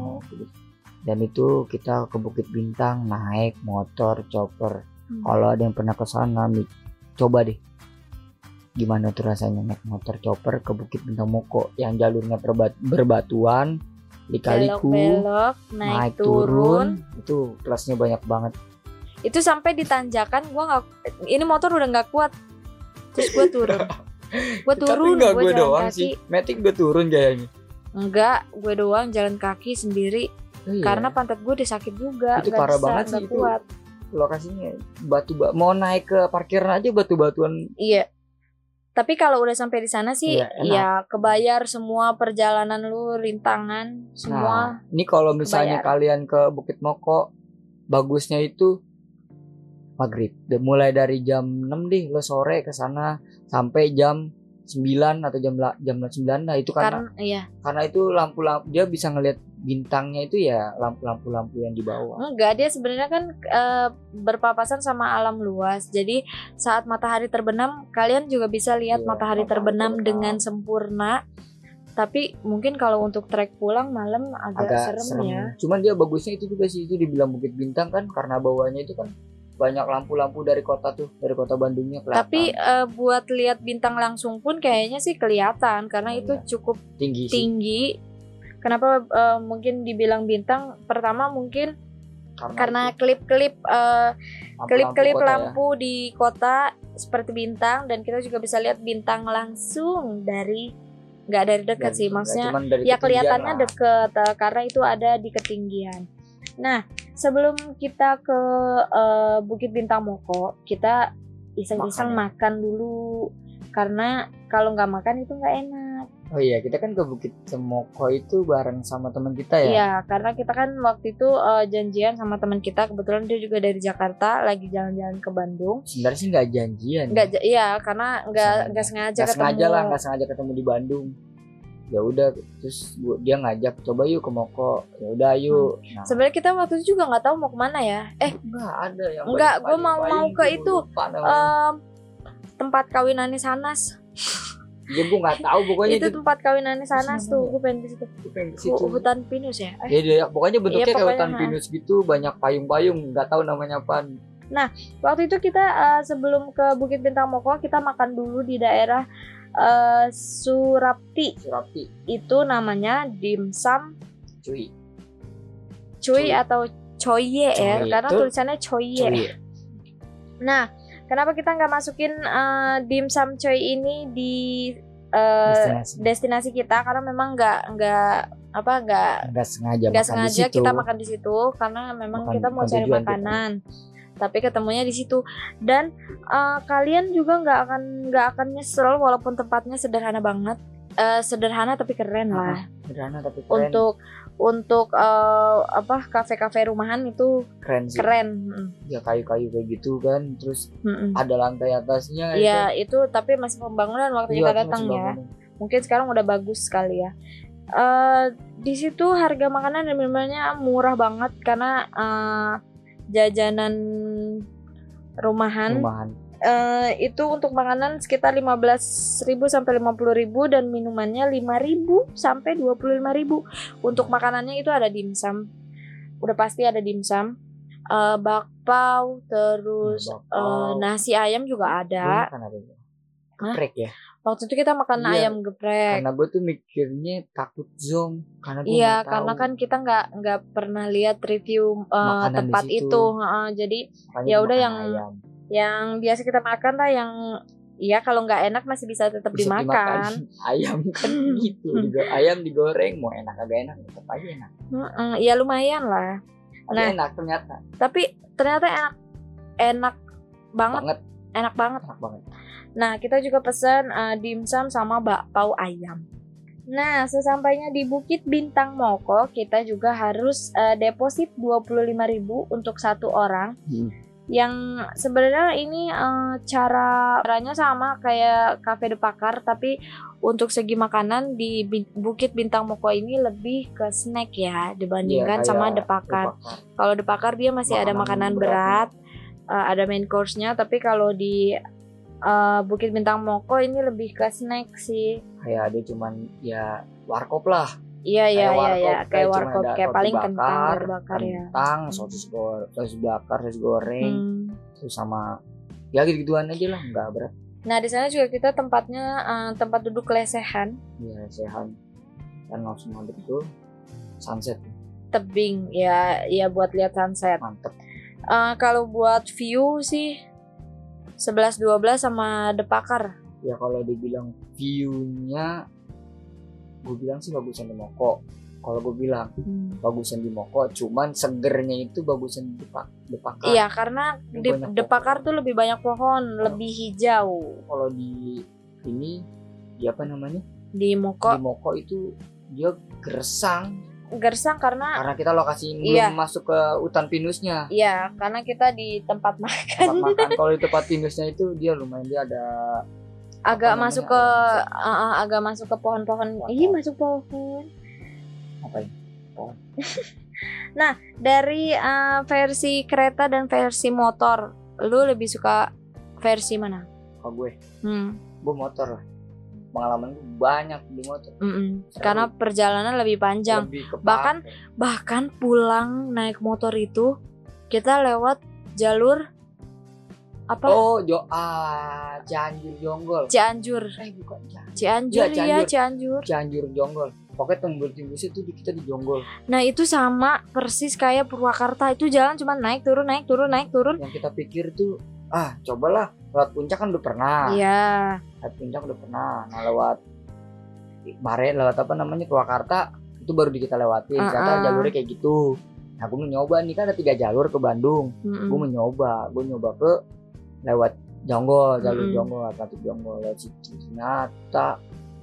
[SPEAKER 1] Dan itu kita ke Bukit Bintang naik motor chopper.
[SPEAKER 2] Hmm.
[SPEAKER 1] Kalau ada yang pernah ke sana, Mi, coba deh. Gimana tuh rasanya naik motor chopper ke Bukit Bintang Moko yang jalurnya perbat- berbatuan, lika-liku,
[SPEAKER 2] Belok-belok, naik,
[SPEAKER 1] naik
[SPEAKER 2] turun.
[SPEAKER 1] turun, itu kelasnya banyak banget.
[SPEAKER 2] Itu sampai di tanjakan gua nggak, ini motor udah nggak kuat. Terus gua turun. Gua turun,
[SPEAKER 1] Tapi nggak
[SPEAKER 2] gua
[SPEAKER 1] gue
[SPEAKER 2] jalan
[SPEAKER 1] doang
[SPEAKER 2] kaki.
[SPEAKER 1] sih, Matic gue turun kayaknya.
[SPEAKER 2] Enggak, gue doang jalan kaki sendiri.
[SPEAKER 1] Oh, iya.
[SPEAKER 2] Karena pantat gue udah sakit juga.
[SPEAKER 1] Itu
[SPEAKER 2] nggak
[SPEAKER 1] parah
[SPEAKER 2] bisa,
[SPEAKER 1] banget sih
[SPEAKER 2] nggak
[SPEAKER 1] itu.
[SPEAKER 2] kuat.
[SPEAKER 1] Lokasinya batu ba- mau naik ke parkiran aja batu-batuan.
[SPEAKER 2] Iya. Tapi kalau udah sampai di sana sih,
[SPEAKER 1] Iya, enak.
[SPEAKER 2] ya kebayar semua perjalanan lu, rintangan, semua.
[SPEAKER 1] Nah, ini kalau misalnya
[SPEAKER 2] kebayar.
[SPEAKER 1] kalian ke Bukit Moko, bagusnya itu maghrib. Dan mulai dari jam enam deh lo sore ke sana sampai jam sembilan atau jam la- jam sembilan lah itu karena
[SPEAKER 2] Karena iya,
[SPEAKER 1] karena itu lampu-lampu dia bisa ngelihat bintangnya itu ya lampu-lampu-lampu yang di bawah.
[SPEAKER 2] enggak, dia sebenarnya kan eh, berpapasan sama alam luas. Jadi saat matahari terbenam, kalian juga bisa lihat
[SPEAKER 1] Iya,
[SPEAKER 2] matahari
[SPEAKER 1] matahari
[SPEAKER 2] terbenam
[SPEAKER 1] terbenam.
[SPEAKER 2] dengan sempurna. Tapi mungkin kalau untuk trek pulang malam agak,
[SPEAKER 1] Agak
[SPEAKER 2] serem,
[SPEAKER 1] serem.
[SPEAKER 2] ya.
[SPEAKER 1] Cuman dia bagusnya itu juga sih itu dibilang Bukit Bintang kan karena bawahnya itu kan banyak lampu-lampu dari kota tuh, dari kota Bandungnya kelihatan.
[SPEAKER 2] Tapi eh, buat lihat bintang langsung pun kayaknya sih kelihatan karena itu
[SPEAKER 1] Iya.
[SPEAKER 2] cukup
[SPEAKER 1] tinggi sih.
[SPEAKER 2] tinggi. Kenapa eh, mungkin dibilang bintang? Pertama mungkin karena
[SPEAKER 1] itu
[SPEAKER 2] klip-klip eh,
[SPEAKER 1] lampu-lampu
[SPEAKER 2] klip-klip
[SPEAKER 1] kota ya.
[SPEAKER 2] lampu di kota seperti bintang, dan kita juga bisa lihat bintang langsung dari nggak dari dekat
[SPEAKER 1] Dan
[SPEAKER 2] sih,
[SPEAKER 1] nggak
[SPEAKER 2] maksudnya
[SPEAKER 1] cuman dari
[SPEAKER 2] ya
[SPEAKER 1] ketinggian
[SPEAKER 2] kelihatannya
[SPEAKER 1] lah.
[SPEAKER 2] deket eh, karena itu ada di ketinggian. Nah, sebelum kita ke eh, Bukit Bintang Moko, kita iseng-iseng
[SPEAKER 1] Makan ya?
[SPEAKER 2] makan dulu karena kalau nggak makan itu nggak enak.
[SPEAKER 1] Oh iya, kita kan ke Bukit Cemoko itu bareng sama teman kita ya.
[SPEAKER 2] Iya, karena kita kan waktu itu uh, janjian sama teman kita, kebetulan dia juga dari Jakarta, lagi jalan-jalan ke Bandung.
[SPEAKER 1] Sebenarnya sih nggak janjian.
[SPEAKER 2] Nggak, iya, karena nggak nggak sengaja
[SPEAKER 1] Nggak
[SPEAKER 2] ketemu.
[SPEAKER 1] sengaja lah, nggak sengaja ketemu di Bandung. Ya udah, terus gua, dia ngajak coba yuk ke Moko. Ya udah yuk.
[SPEAKER 2] Hmm.
[SPEAKER 1] Nah,
[SPEAKER 2] sebenarnya kita waktu itu juga nggak tahu mau kemana ya. Eh,
[SPEAKER 1] nggak ada yang.
[SPEAKER 2] Enggak, gue mau mau ke itu um, tempat kawinannya Sanas.
[SPEAKER 1] Ya gue nggak tahu pokoknya
[SPEAKER 2] itu, itu tempat kawinannya Sanas tuh, gue pengen ke situ. Hutan pinus ya.
[SPEAKER 1] Eh. Ya, ya pokoknya bentuknya
[SPEAKER 2] iya,
[SPEAKER 1] kayak hutan pinus gitu, banyak payung-payung, nggak tahu namanya apa.
[SPEAKER 2] Nah, waktu itu kita uh, sebelum ke Bukit Bintang Moko, kita makan dulu di daerah uh, Surapti.
[SPEAKER 1] Surapti.
[SPEAKER 2] Itu namanya dimsum
[SPEAKER 1] cuy.
[SPEAKER 2] Cuy atau coye ya, karena tulisannya coye. coye. Nah, kenapa kita nggak masukin uh, dimsum coy ini di uh, destinasi. destinasi kita? Karena memang nggak nggak apa nggak
[SPEAKER 1] nggak sengaja
[SPEAKER 2] nggak sengaja kita makan di situ, karena memang makan, kita mau cari makanan. Kita. Tapi ketemunya di situ, dan uh, kalian juga nggak akan nggak akan nyesel walaupun tempatnya sederhana banget, uh, sederhana tapi keren lah.
[SPEAKER 1] Sederhana tapi keren.
[SPEAKER 2] Untuk untuk uh, apa kafe-kafe rumahan itu
[SPEAKER 1] keren sih.
[SPEAKER 2] Keren.
[SPEAKER 1] Ya kayu-kayu kayak gitu kan, terus
[SPEAKER 2] Mm-mm.
[SPEAKER 1] ada lantai atasnya.
[SPEAKER 2] Iya itu, tapi masih pembangunan waktu ya, kita datang ya. Mungkin sekarang udah bagus sekali ya. Uh, di situ harga makanan dan minumannya murah banget karena uh, jajanan rumahan.
[SPEAKER 1] Rumahan.
[SPEAKER 2] Uh, itu untuk makanan sekitar lima belas ribu sampai lima puluh ribu, dan minumannya lima ribu sampai dua puluh lima ribu. Untuk makanannya itu ada dimsum, udah pasti ada dimsum, uh, bakpao, terus bakpao. Uh, nasi ayam juga ada.
[SPEAKER 1] Geprek ya.
[SPEAKER 2] Waktu itu kita makan iya, ayam geprek.
[SPEAKER 1] Karena gue tuh mikirnya takut zong, karena gue
[SPEAKER 2] iya karena kan kita nggak nggak pernah lihat review uh, tempat itu, uh, jadi ya udah yang ayam. Yang biasa kita makan lah, yang ya kalau nggak enak masih bisa tetap bisa dimakan.
[SPEAKER 1] dimakan. Ayam kan gitu juga, ayam digoreng mau enak agak enak tetap aja enak.
[SPEAKER 2] Uh-uh, ya lumayan lah.
[SPEAKER 1] Tapi nah, enak ternyata.
[SPEAKER 2] Tapi ternyata enak, enak banget,
[SPEAKER 1] banget.
[SPEAKER 2] enak banget.
[SPEAKER 1] Enak banget.
[SPEAKER 2] Nah kita juga pesan uh, dimsum sama bakpao ayam. Nah sesampainya di Bukit Bintang Moko, kita juga harus uh, deposit dua puluh lima ribu untuk satu orang. Hmm. Yang sebenarnya ini uh, cara caranya sama kayak Cafe de Pakar, tapi untuk segi makanan di Bukit Bintang Moko ini lebih ke snack ya dibandingkan yeah, sama de Pakar. Kalau de Pakar dia masih makanan ada makanan berat, berat uh, ada main course-nya, tapi kalau di uh, Bukit Bintang Moko ini lebih ke snack sih.
[SPEAKER 1] Kayak dia cuman ya warkop lah.
[SPEAKER 2] Iya iya iya ya. kayak warkop kayak paling bakar, kentang bakar ya.
[SPEAKER 1] Kentang, sosis goreng, sosis bakar, sosis goreng, hmm. terus sama ya gitu-gituan aja lah, nggak berat.
[SPEAKER 2] Nah di sana juga kita tempatnya uh, tempat duduk lesehan.
[SPEAKER 1] Iya lesehan. Dan langsung ngadep itu sunset.
[SPEAKER 2] Tebing ya, ya buat lihat sunset.
[SPEAKER 1] Mantep.
[SPEAKER 2] Uh, kalau buat view sih sebelas dua belas sama de Pakar.
[SPEAKER 1] Ya kalau dibilang view-nya, gue bilang sih bagusan di Moko. Kalau gue bilang hmm. bagusan di Moko, cuman segernya itu bagusan di de Pakar.
[SPEAKER 2] Iya, karena di de Pakar tuh lebih banyak pohon, oh. lebih hijau.
[SPEAKER 1] Kalau di ini, di apa namanya?
[SPEAKER 2] Di Moko.
[SPEAKER 1] Di Moko itu dia gersang.
[SPEAKER 2] Gersang karena
[SPEAKER 1] karena kita lokasi
[SPEAKER 2] iya.
[SPEAKER 1] belum masuk ke hutan pinusnya.
[SPEAKER 2] Iya, karena kita di tempat makan.
[SPEAKER 1] Tempat makan. Kalau di tempat pinusnya itu dia lumayan, dia ada
[SPEAKER 2] agak masuk ke agak masuk, uh, agak masuk ke pohon-pohon. Ih, masuk pohon.
[SPEAKER 1] Apa ini? Pohon.
[SPEAKER 2] Nah, dari uh, versi kereta dan versi motor, lu lebih suka versi mana?
[SPEAKER 1] Kalau gue,
[SPEAKER 2] hmm.
[SPEAKER 1] gue motor lah. Pengalaman gue banyak di motor.
[SPEAKER 2] Karena perjalanan lebih panjang.
[SPEAKER 1] Lebih
[SPEAKER 2] bahkan bahkan pulang naik motor itu kita lewat jalur apa?
[SPEAKER 1] Oh, jo ah, Cianjur Jonggol.
[SPEAKER 2] Cianjur.
[SPEAKER 1] Eh, bukan Cianjur.
[SPEAKER 2] Cianjur ya, Cianjur. Cianjur.
[SPEAKER 1] Cianjur Jonggol. Pokoknya tembus-tembusnya tuh kita di Jonggol.
[SPEAKER 2] Nah, itu sama persis kayak Purwakarta. Itu jalan cuma naik turun naik turun naik turun.
[SPEAKER 1] Yang kita pikir tuh, ah, cobalah lewat puncak kan udah pernah.
[SPEAKER 2] Iya.
[SPEAKER 1] Lewat puncak udah pernah. Nah, lewat Mare, lewat apa namanya Purwakarta, itu baru di kita lewatin. Uh-uh. Ternyata jalurnya kayak gitu. Nah, gue mau nyoba nih, kan ada tiga jalur ke Bandung. Mm-mm. Gue mau nyoba, gue nyoba ke lewat Jonggol, jalur mm. Jonggol, Atlantik Jonggol, lewat situ. Ternyata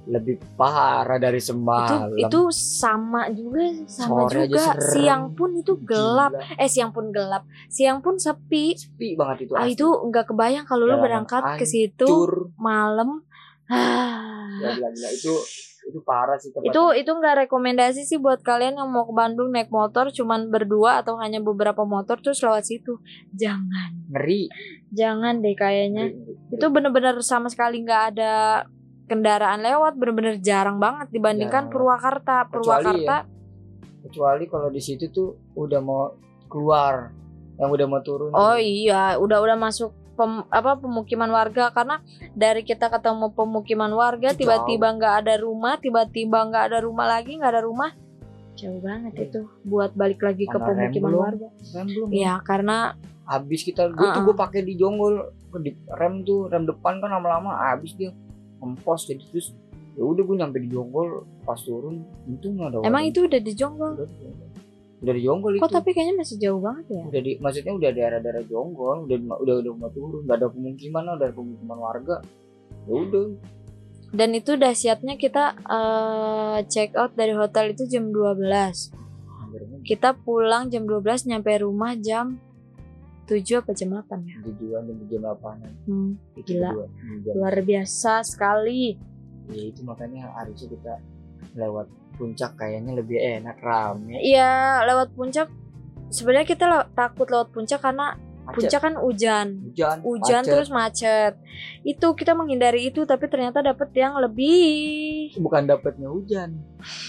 [SPEAKER 1] lebih parah dari
[SPEAKER 2] Itu
[SPEAKER 1] semalam.
[SPEAKER 2] itu sama juga, sama
[SPEAKER 1] Sore aja
[SPEAKER 2] juga.
[SPEAKER 1] serem.
[SPEAKER 2] Siang pun itu gelap.
[SPEAKER 1] Gila.
[SPEAKER 2] Eh siang pun gelap. Siang pun sepi.
[SPEAKER 1] Sepi banget itu.
[SPEAKER 2] Ah
[SPEAKER 1] asli.
[SPEAKER 2] itu nggak kebayang kalau lu
[SPEAKER 1] Jalanan
[SPEAKER 2] berangkat ke situ
[SPEAKER 1] hancur.
[SPEAKER 2] malam. Ah.
[SPEAKER 1] Ya, gila-gila itu itu parah sih tempatnya.
[SPEAKER 2] Itu itu nggak rekomendasi sih buat kalian yang mau ke Bandung naik motor cuman berdua atau hanya beberapa motor terus lewat situ. Jangan.
[SPEAKER 1] Ngeri.
[SPEAKER 2] Jangan deh kayaknya.
[SPEAKER 1] Ngeri, ngeri.
[SPEAKER 2] Itu bener-bener sama sekali nggak ada kendaraan lewat, bener-bener jarang banget dibandingkan
[SPEAKER 1] Jarang.
[SPEAKER 2] Purwakarta.
[SPEAKER 1] Kecuali
[SPEAKER 2] Purwakarta
[SPEAKER 1] ya, kecuali kalau di situ tuh udah mau keluar, yang udah mau turun.
[SPEAKER 2] Oh iya, udah udah masuk pem, apa pemukiman warga, karena dari kita ketemu pemukiman warga
[SPEAKER 1] Itu
[SPEAKER 2] tiba-tiba nggak ada rumah, tiba-tiba nggak ada rumah lagi, nggak ada rumah, jauh banget
[SPEAKER 1] Iya.
[SPEAKER 2] itu buat balik lagi ke
[SPEAKER 1] Karena
[SPEAKER 2] pemukiman
[SPEAKER 1] rem belum.
[SPEAKER 2] warga.
[SPEAKER 1] Rem belum.
[SPEAKER 2] Iya, karena
[SPEAKER 1] Habis kita, gue tuh
[SPEAKER 2] Uh-uh.
[SPEAKER 1] gue pakai di jonggol, di rem tuh rem depan kan lama-lama habis dia ngempos, jadi terus ya udah gue nyampe di jonggol pas turun untung ada
[SPEAKER 2] emang
[SPEAKER 1] orang.
[SPEAKER 2] itu udah dijonggol.
[SPEAKER 1] udah, udah di jonggol itu.
[SPEAKER 2] Kok tapi kayaknya masih jauh banget ya.
[SPEAKER 1] Udah di, maksudnya udah daerah-daerah jonggol, udah udah udah mau turun, nggak ada pemukiman, udah ada pemukiman warga. Ya udah.
[SPEAKER 2] Dan itu dahsyatnya kita uh, check out dari hotel itu jam dua belas. Kita pulang jam dua belas, nyampe rumah jam tujuh apa jam delapan ya?
[SPEAKER 1] Tujuan dan jam delapanan.
[SPEAKER 2] Hmm,
[SPEAKER 1] Itu
[SPEAKER 2] gila.
[SPEAKER 1] berdua, jam.
[SPEAKER 2] luar biasa sekali.
[SPEAKER 1] Ya itu makanya harusnya kita lewat puncak kayaknya lebih enak, rame.
[SPEAKER 2] Iya, lewat puncak. Sebenarnya kita le- takut lewat puncak karena
[SPEAKER 1] Macet.
[SPEAKER 2] puncak kan hujan.
[SPEAKER 1] Hujan,
[SPEAKER 2] Hujan
[SPEAKER 1] macet.
[SPEAKER 2] terus macet. Itu kita menghindari itu, tapi ternyata dapet yang lebih.
[SPEAKER 1] Bukan dapetnya hujan.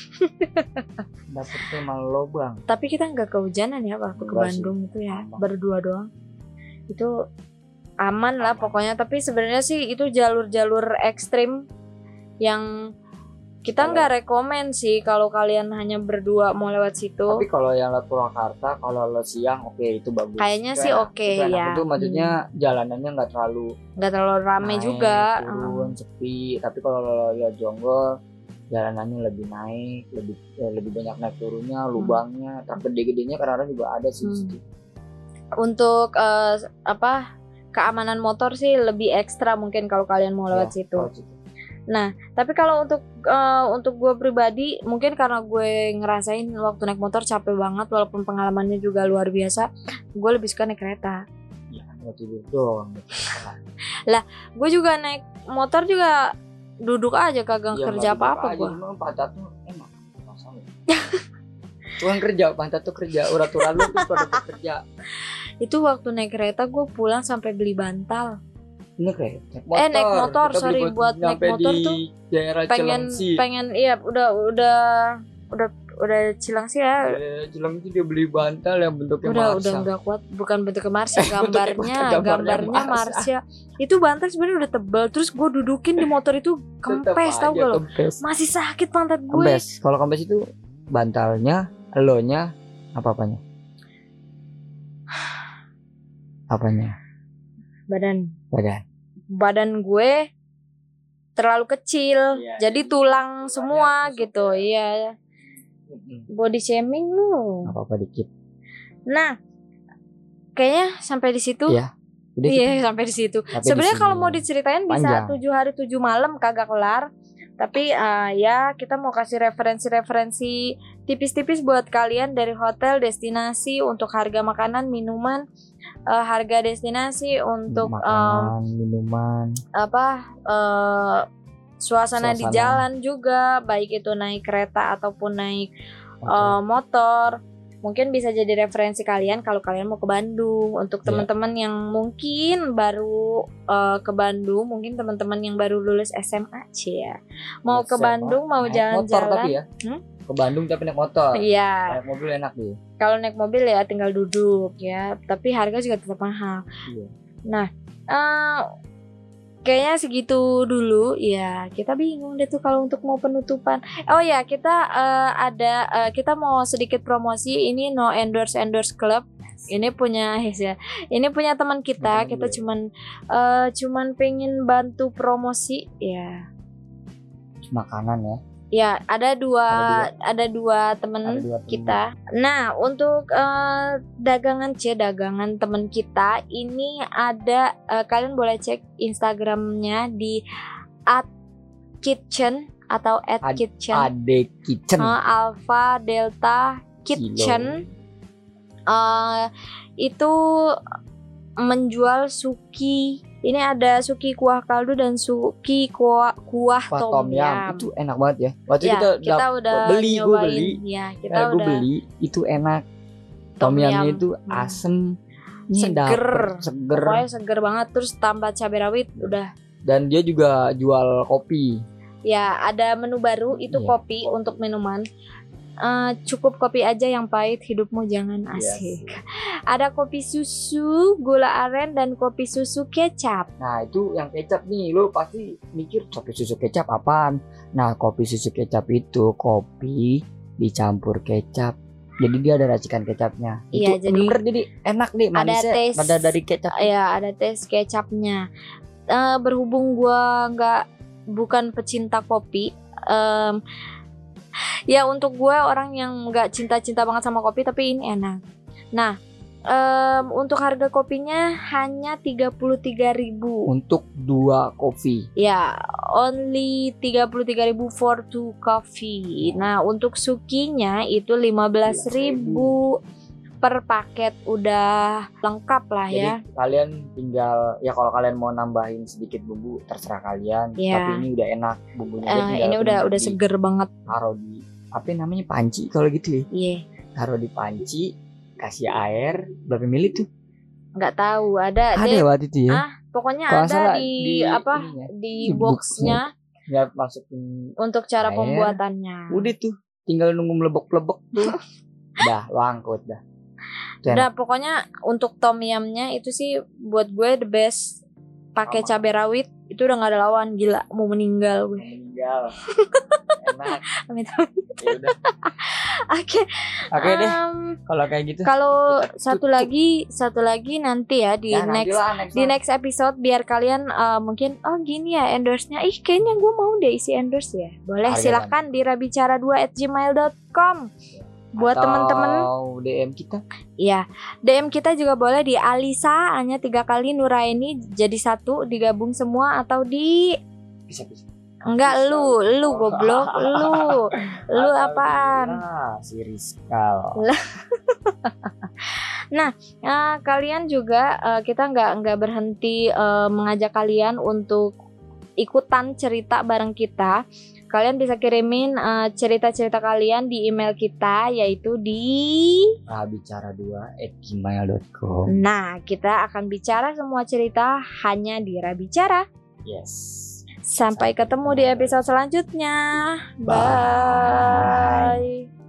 [SPEAKER 1] Dapetnya malah lobang.
[SPEAKER 2] Tapi kita nggak kehujanan ya waktu ke
[SPEAKER 1] Enggak
[SPEAKER 2] Bandung itu ya,
[SPEAKER 1] Aman.
[SPEAKER 2] berdua doang. Itu aman lah
[SPEAKER 1] Aman.
[SPEAKER 2] pokoknya. Tapi sebenarnya sih itu jalur-jalur ekstrim yang kita
[SPEAKER 1] Kalau-
[SPEAKER 2] nggak rekomen sih kalau kalian hanya berdua mau lewat situ.
[SPEAKER 1] Tapi kalau yang lewat Purwakarta, kalau lo siang oke itu bagus.
[SPEAKER 2] Kayaknya
[SPEAKER 1] Itu
[SPEAKER 2] sih
[SPEAKER 1] enak,
[SPEAKER 2] oke
[SPEAKER 1] itu enak.
[SPEAKER 2] ya.
[SPEAKER 1] Itu maksudnya jalanannya nggak terlalu
[SPEAKER 2] Nggak terlalu rame
[SPEAKER 1] naik,
[SPEAKER 2] juga.
[SPEAKER 1] turun, sepi. Tapi kalau lo lihat jonggol, jalanannya lebih naik, lebih eh, lebih banyak naik turunnya, lubangnya, truk gede-gedenya kadang-kadang juga ada sih. di
[SPEAKER 2] Hmm.
[SPEAKER 1] situ.
[SPEAKER 2] Untuk eh, apa keamanan motor sih lebih ekstra mungkin kalau kalian mau lewat
[SPEAKER 1] Ya,
[SPEAKER 2] situ.
[SPEAKER 1] kalau situ.
[SPEAKER 2] Tapi kalau untuk eh, untuk gue pribadi mungkin karena gue ngerasain waktu naik motor capek banget walaupun pengalamannya juga luar biasa, gue lebih suka naik kereta.
[SPEAKER 1] Ya, nggak tidur doang.
[SPEAKER 2] Gue juga naik motor juga duduk aja kagak
[SPEAKER 1] Ya,
[SPEAKER 2] kerja
[SPEAKER 1] nggak tidur
[SPEAKER 2] apa-apa
[SPEAKER 1] aja,
[SPEAKER 2] gue.
[SPEAKER 1] memang pantat tuh enak rasanya. Tuhan kerja, pantat tuh kerja, urat-urat lu tuh pada bekerja.
[SPEAKER 2] Itu waktu naik kereta gue pulang sampai beli bantal.
[SPEAKER 1] Ini kayak naik
[SPEAKER 2] Eh, naik motor,
[SPEAKER 1] Kita beli
[SPEAKER 2] sorry, buat naik
[SPEAKER 1] nyampe
[SPEAKER 2] motor
[SPEAKER 1] di
[SPEAKER 2] tuh
[SPEAKER 1] daerah
[SPEAKER 2] Pengen
[SPEAKER 1] Cilengsi.
[SPEAKER 2] pengen iya udah udah udah udah Cilengsi ya.
[SPEAKER 1] Daerah Cilengsi dia beli bantal yang bentuknya
[SPEAKER 2] Udah
[SPEAKER 1] Marsha.
[SPEAKER 2] udah nggak kuat, bukan bentuknya Marsha,
[SPEAKER 1] Bentuknya
[SPEAKER 2] gambarnya
[SPEAKER 1] gambarnya
[SPEAKER 2] gambarnya
[SPEAKER 1] Marsha.
[SPEAKER 2] Marsha. Itu bantal sebenarnya udah tebal, terus gue dudukin di motor itu
[SPEAKER 1] Tetep
[SPEAKER 2] kempes, tau
[SPEAKER 1] aja
[SPEAKER 2] gak lo?
[SPEAKER 1] kempes.
[SPEAKER 2] Masih sakit pantat gue.
[SPEAKER 1] Kempes. Kalau kempes itu bantalnya, elonya, apa-apanya? Apanya?
[SPEAKER 2] Badan
[SPEAKER 1] Badan.
[SPEAKER 2] badan gue terlalu kecil,
[SPEAKER 1] Iya,
[SPEAKER 2] jadi
[SPEAKER 1] jadi
[SPEAKER 2] tulang
[SPEAKER 1] tulangnya
[SPEAKER 2] semua
[SPEAKER 1] tusuk
[SPEAKER 2] gitu.
[SPEAKER 1] ya.
[SPEAKER 2] Iya, body shaming lu.
[SPEAKER 1] Apa-apa dikit.
[SPEAKER 2] Nah, kayaknya sampai di situ.
[SPEAKER 1] Iya. Udah
[SPEAKER 2] Iya,
[SPEAKER 1] gitu.
[SPEAKER 2] sampai di situ.
[SPEAKER 1] Sampai
[SPEAKER 2] Sebenarnya
[SPEAKER 1] di
[SPEAKER 2] kalau
[SPEAKER 1] sini.
[SPEAKER 2] mau diceritain bisa
[SPEAKER 1] Panjang.
[SPEAKER 2] tujuh hari tujuh malam kagak kelar. Tapi uh, ya kita mau kasih referensi-referensi tipis-tipis buat kalian dari hotel, destinasi, untuk harga makanan, minuman, uh, harga destinasi untuk um,
[SPEAKER 1] makanan, minuman,
[SPEAKER 2] apa uh, suasana, di
[SPEAKER 1] Suasana.
[SPEAKER 2] jalan juga, baik itu naik kereta ataupun naik
[SPEAKER 1] motor.
[SPEAKER 2] uh, motor. Mungkin bisa jadi referensi kalian kalau kalian mau ke Bandung. Untuk
[SPEAKER 1] Iya.
[SPEAKER 2] teman-teman yang mungkin baru uh, ke Bandung, mungkin teman-teman yang baru lulus S M A C ya, mau ke
[SPEAKER 1] S M A,
[SPEAKER 2] Bandung, mau
[SPEAKER 1] naik motor tapi
[SPEAKER 2] jalan-jalan.
[SPEAKER 1] ya.
[SPEAKER 2] Hmm?
[SPEAKER 1] Ke Bandung tapi naik motor.
[SPEAKER 2] Iya,
[SPEAKER 1] Naik mobil enak dia.
[SPEAKER 2] kalau naik mobil ya tinggal duduk ya, tapi harga juga tetap mahal.
[SPEAKER 1] Iya.
[SPEAKER 2] Nah, uh, kayaknya segitu dulu ya. Kita bingung deh tuh kalau untuk mau penutupan. Oh ya, kita uh, ada uh, kita mau sedikit promosi. Ini no endorse endorse club. Ini punya ya. Ini punya teman kita.
[SPEAKER 1] Teman
[SPEAKER 2] Kita
[SPEAKER 1] gue.
[SPEAKER 2] cuman uh, cuman pengen bantu promosi ya.
[SPEAKER 1] Makanan ya.
[SPEAKER 2] Ya, ada dua
[SPEAKER 1] Ada
[SPEAKER 2] ada dua temen
[SPEAKER 1] Ada dua temen.
[SPEAKER 2] kita. Nah, untuk eh, dagangan C, dagangan temen kita ini ada, eh, kalian boleh cek Instagramnya di at kitchen atau at
[SPEAKER 1] Ad-
[SPEAKER 2] kitchen.
[SPEAKER 1] Ade Kitchen.
[SPEAKER 2] Uh, Alpha Delta Kitchen. Uh, itu menjual suki. Ini ada suki kuah kaldu dan suki kuah kuah
[SPEAKER 1] Wah,
[SPEAKER 2] tom
[SPEAKER 1] tom yum
[SPEAKER 2] yum.
[SPEAKER 1] itu enak banget ya. Waktu
[SPEAKER 2] Ya,
[SPEAKER 1] kita,
[SPEAKER 2] kita
[SPEAKER 1] dap-
[SPEAKER 2] udah
[SPEAKER 1] beli, gue
[SPEAKER 2] nyobain.
[SPEAKER 1] beli.
[SPEAKER 2] Ya, kita
[SPEAKER 1] Eh, gue
[SPEAKER 2] udah
[SPEAKER 1] beli itu enak.
[SPEAKER 2] tom
[SPEAKER 1] Tom yumnya
[SPEAKER 2] yum.
[SPEAKER 1] itu
[SPEAKER 2] Hmm.
[SPEAKER 1] asem, ini
[SPEAKER 2] Seger.
[SPEAKER 1] dapet, seger.
[SPEAKER 2] Pokoknya seger banget, terus tambah cabai rawit udah.
[SPEAKER 1] Dan dia juga jual kopi.
[SPEAKER 2] Ya, ada menu baru itu
[SPEAKER 1] Iya.
[SPEAKER 2] kopi untuk minuman. Eh, cukup kopi aja yang pahit, hidupmu jangan asik.
[SPEAKER 1] Yes.
[SPEAKER 2] Ada kopi susu, gula aren, dan kopi susu kecap.
[SPEAKER 1] Nah itu yang kecap nih, lo pasti mikir kopi susu kecap apaan? Nah kopi susu kecap itu kopi dicampur kecap. Jadi dia ada racikan kecapnya.
[SPEAKER 2] Iya,
[SPEAKER 1] Itu
[SPEAKER 2] jadi
[SPEAKER 1] bener jadi enak nih,
[SPEAKER 2] ada
[SPEAKER 1] manisnya
[SPEAKER 2] tes-
[SPEAKER 1] ada dari kecap.
[SPEAKER 2] Ya, ada tes kecapnya. Eh, berhubung gua nggak bukan pecinta kopi, em, ya untuk gue orang yang nggak cinta-cinta banget sama kopi, tapi ini enak. Nah, em, untuk harga kopinya hanya tiga puluh tiga ribu.
[SPEAKER 1] Untuk dua kopi.
[SPEAKER 2] Ya, only tiga puluh tiga ribu for two coffee. Nah, untuk sukinya itu lima belas ribu per paket, udah lengkap lah ya.
[SPEAKER 1] Jadi kalian tinggal ya kalau kalian mau nambahin sedikit bumbu terserah kalian.
[SPEAKER 2] Iya.
[SPEAKER 1] Tapi ini udah enak bumbunya.
[SPEAKER 2] Eh,
[SPEAKER 1] Dia tinggal
[SPEAKER 2] ini udah
[SPEAKER 1] tinggal
[SPEAKER 2] udah
[SPEAKER 1] di-
[SPEAKER 2] seger banget.
[SPEAKER 1] Taruh di apa namanya panci kalau gitu ya.
[SPEAKER 2] Iya,
[SPEAKER 1] Taruh di panci, kasih air berapa mili tuh?
[SPEAKER 2] nggak tahu ada
[SPEAKER 1] Ada
[SPEAKER 2] deh.
[SPEAKER 1] waktu itu ya.
[SPEAKER 2] Ah, pokoknya
[SPEAKER 1] Kalau
[SPEAKER 2] ada
[SPEAKER 1] salah
[SPEAKER 2] di,
[SPEAKER 1] di
[SPEAKER 2] apa
[SPEAKER 1] ininya,
[SPEAKER 2] di
[SPEAKER 1] di
[SPEAKER 2] boxnya
[SPEAKER 1] Ya masukin
[SPEAKER 2] untuk cara
[SPEAKER 1] air.
[SPEAKER 2] pembuatannya.
[SPEAKER 1] udah tuh, tinggal nunggu melebek-lebek tuh. Dah, lo angkut dah. Itu enak.
[SPEAKER 2] Udah, pokoknya untuk tom yumnya itu sih buat gue the best. Pakai
[SPEAKER 1] Sama.
[SPEAKER 2] cabai rawit itu udah nggak ada lawan, gila mau meninggal gue.
[SPEAKER 1] Meninggal. Enak.
[SPEAKER 2] Amit-amit.
[SPEAKER 1] Ya udah.
[SPEAKER 2] Oke.
[SPEAKER 1] Oke deh.
[SPEAKER 2] em,
[SPEAKER 1] Kalau kayak gitu.
[SPEAKER 2] Kalau
[SPEAKER 1] Kita
[SPEAKER 2] satu
[SPEAKER 1] tutup.
[SPEAKER 2] lagi, satu lagi nanti ya di
[SPEAKER 1] Ya, nanti
[SPEAKER 2] next
[SPEAKER 1] lah, next
[SPEAKER 2] di
[SPEAKER 1] lah.
[SPEAKER 2] next episode biar kalian eh, mungkin oh gini ya endorse-nya. Ih, kayaknya gue mau deh isi endorse ya. Boleh,
[SPEAKER 1] Harga
[SPEAKER 2] silahkan di rabicara dua at gmail dot com. Buat
[SPEAKER 1] Atau
[SPEAKER 2] temen-temen,
[SPEAKER 1] D M kita.
[SPEAKER 2] ya D M kita juga boleh di Alisa hanya tiga kali, Nuraini jadi satu, digabung semua, atau di
[SPEAKER 1] Bisa bisa.
[SPEAKER 2] enggak
[SPEAKER 1] Bisa.
[SPEAKER 2] lu lu goblok lu lu
[SPEAKER 1] Atau
[SPEAKER 2] apaan.
[SPEAKER 1] di- Ah, si Rizkal.
[SPEAKER 2] Nah, kalian juga eh, kita nggak nggak berhenti eh, mengajak kalian untuk ikutan cerita bareng kita. Kalian bisa kirimin eh, cerita-cerita kalian di email kita, yaitu di
[SPEAKER 1] rabicara dua at gmail dot com.
[SPEAKER 2] Nah, kita akan bicara semua cerita hanya di Rabicara.
[SPEAKER 1] Yes.
[SPEAKER 2] Sampai ketemu di episode selanjutnya.
[SPEAKER 1] Bye.
[SPEAKER 2] Bye.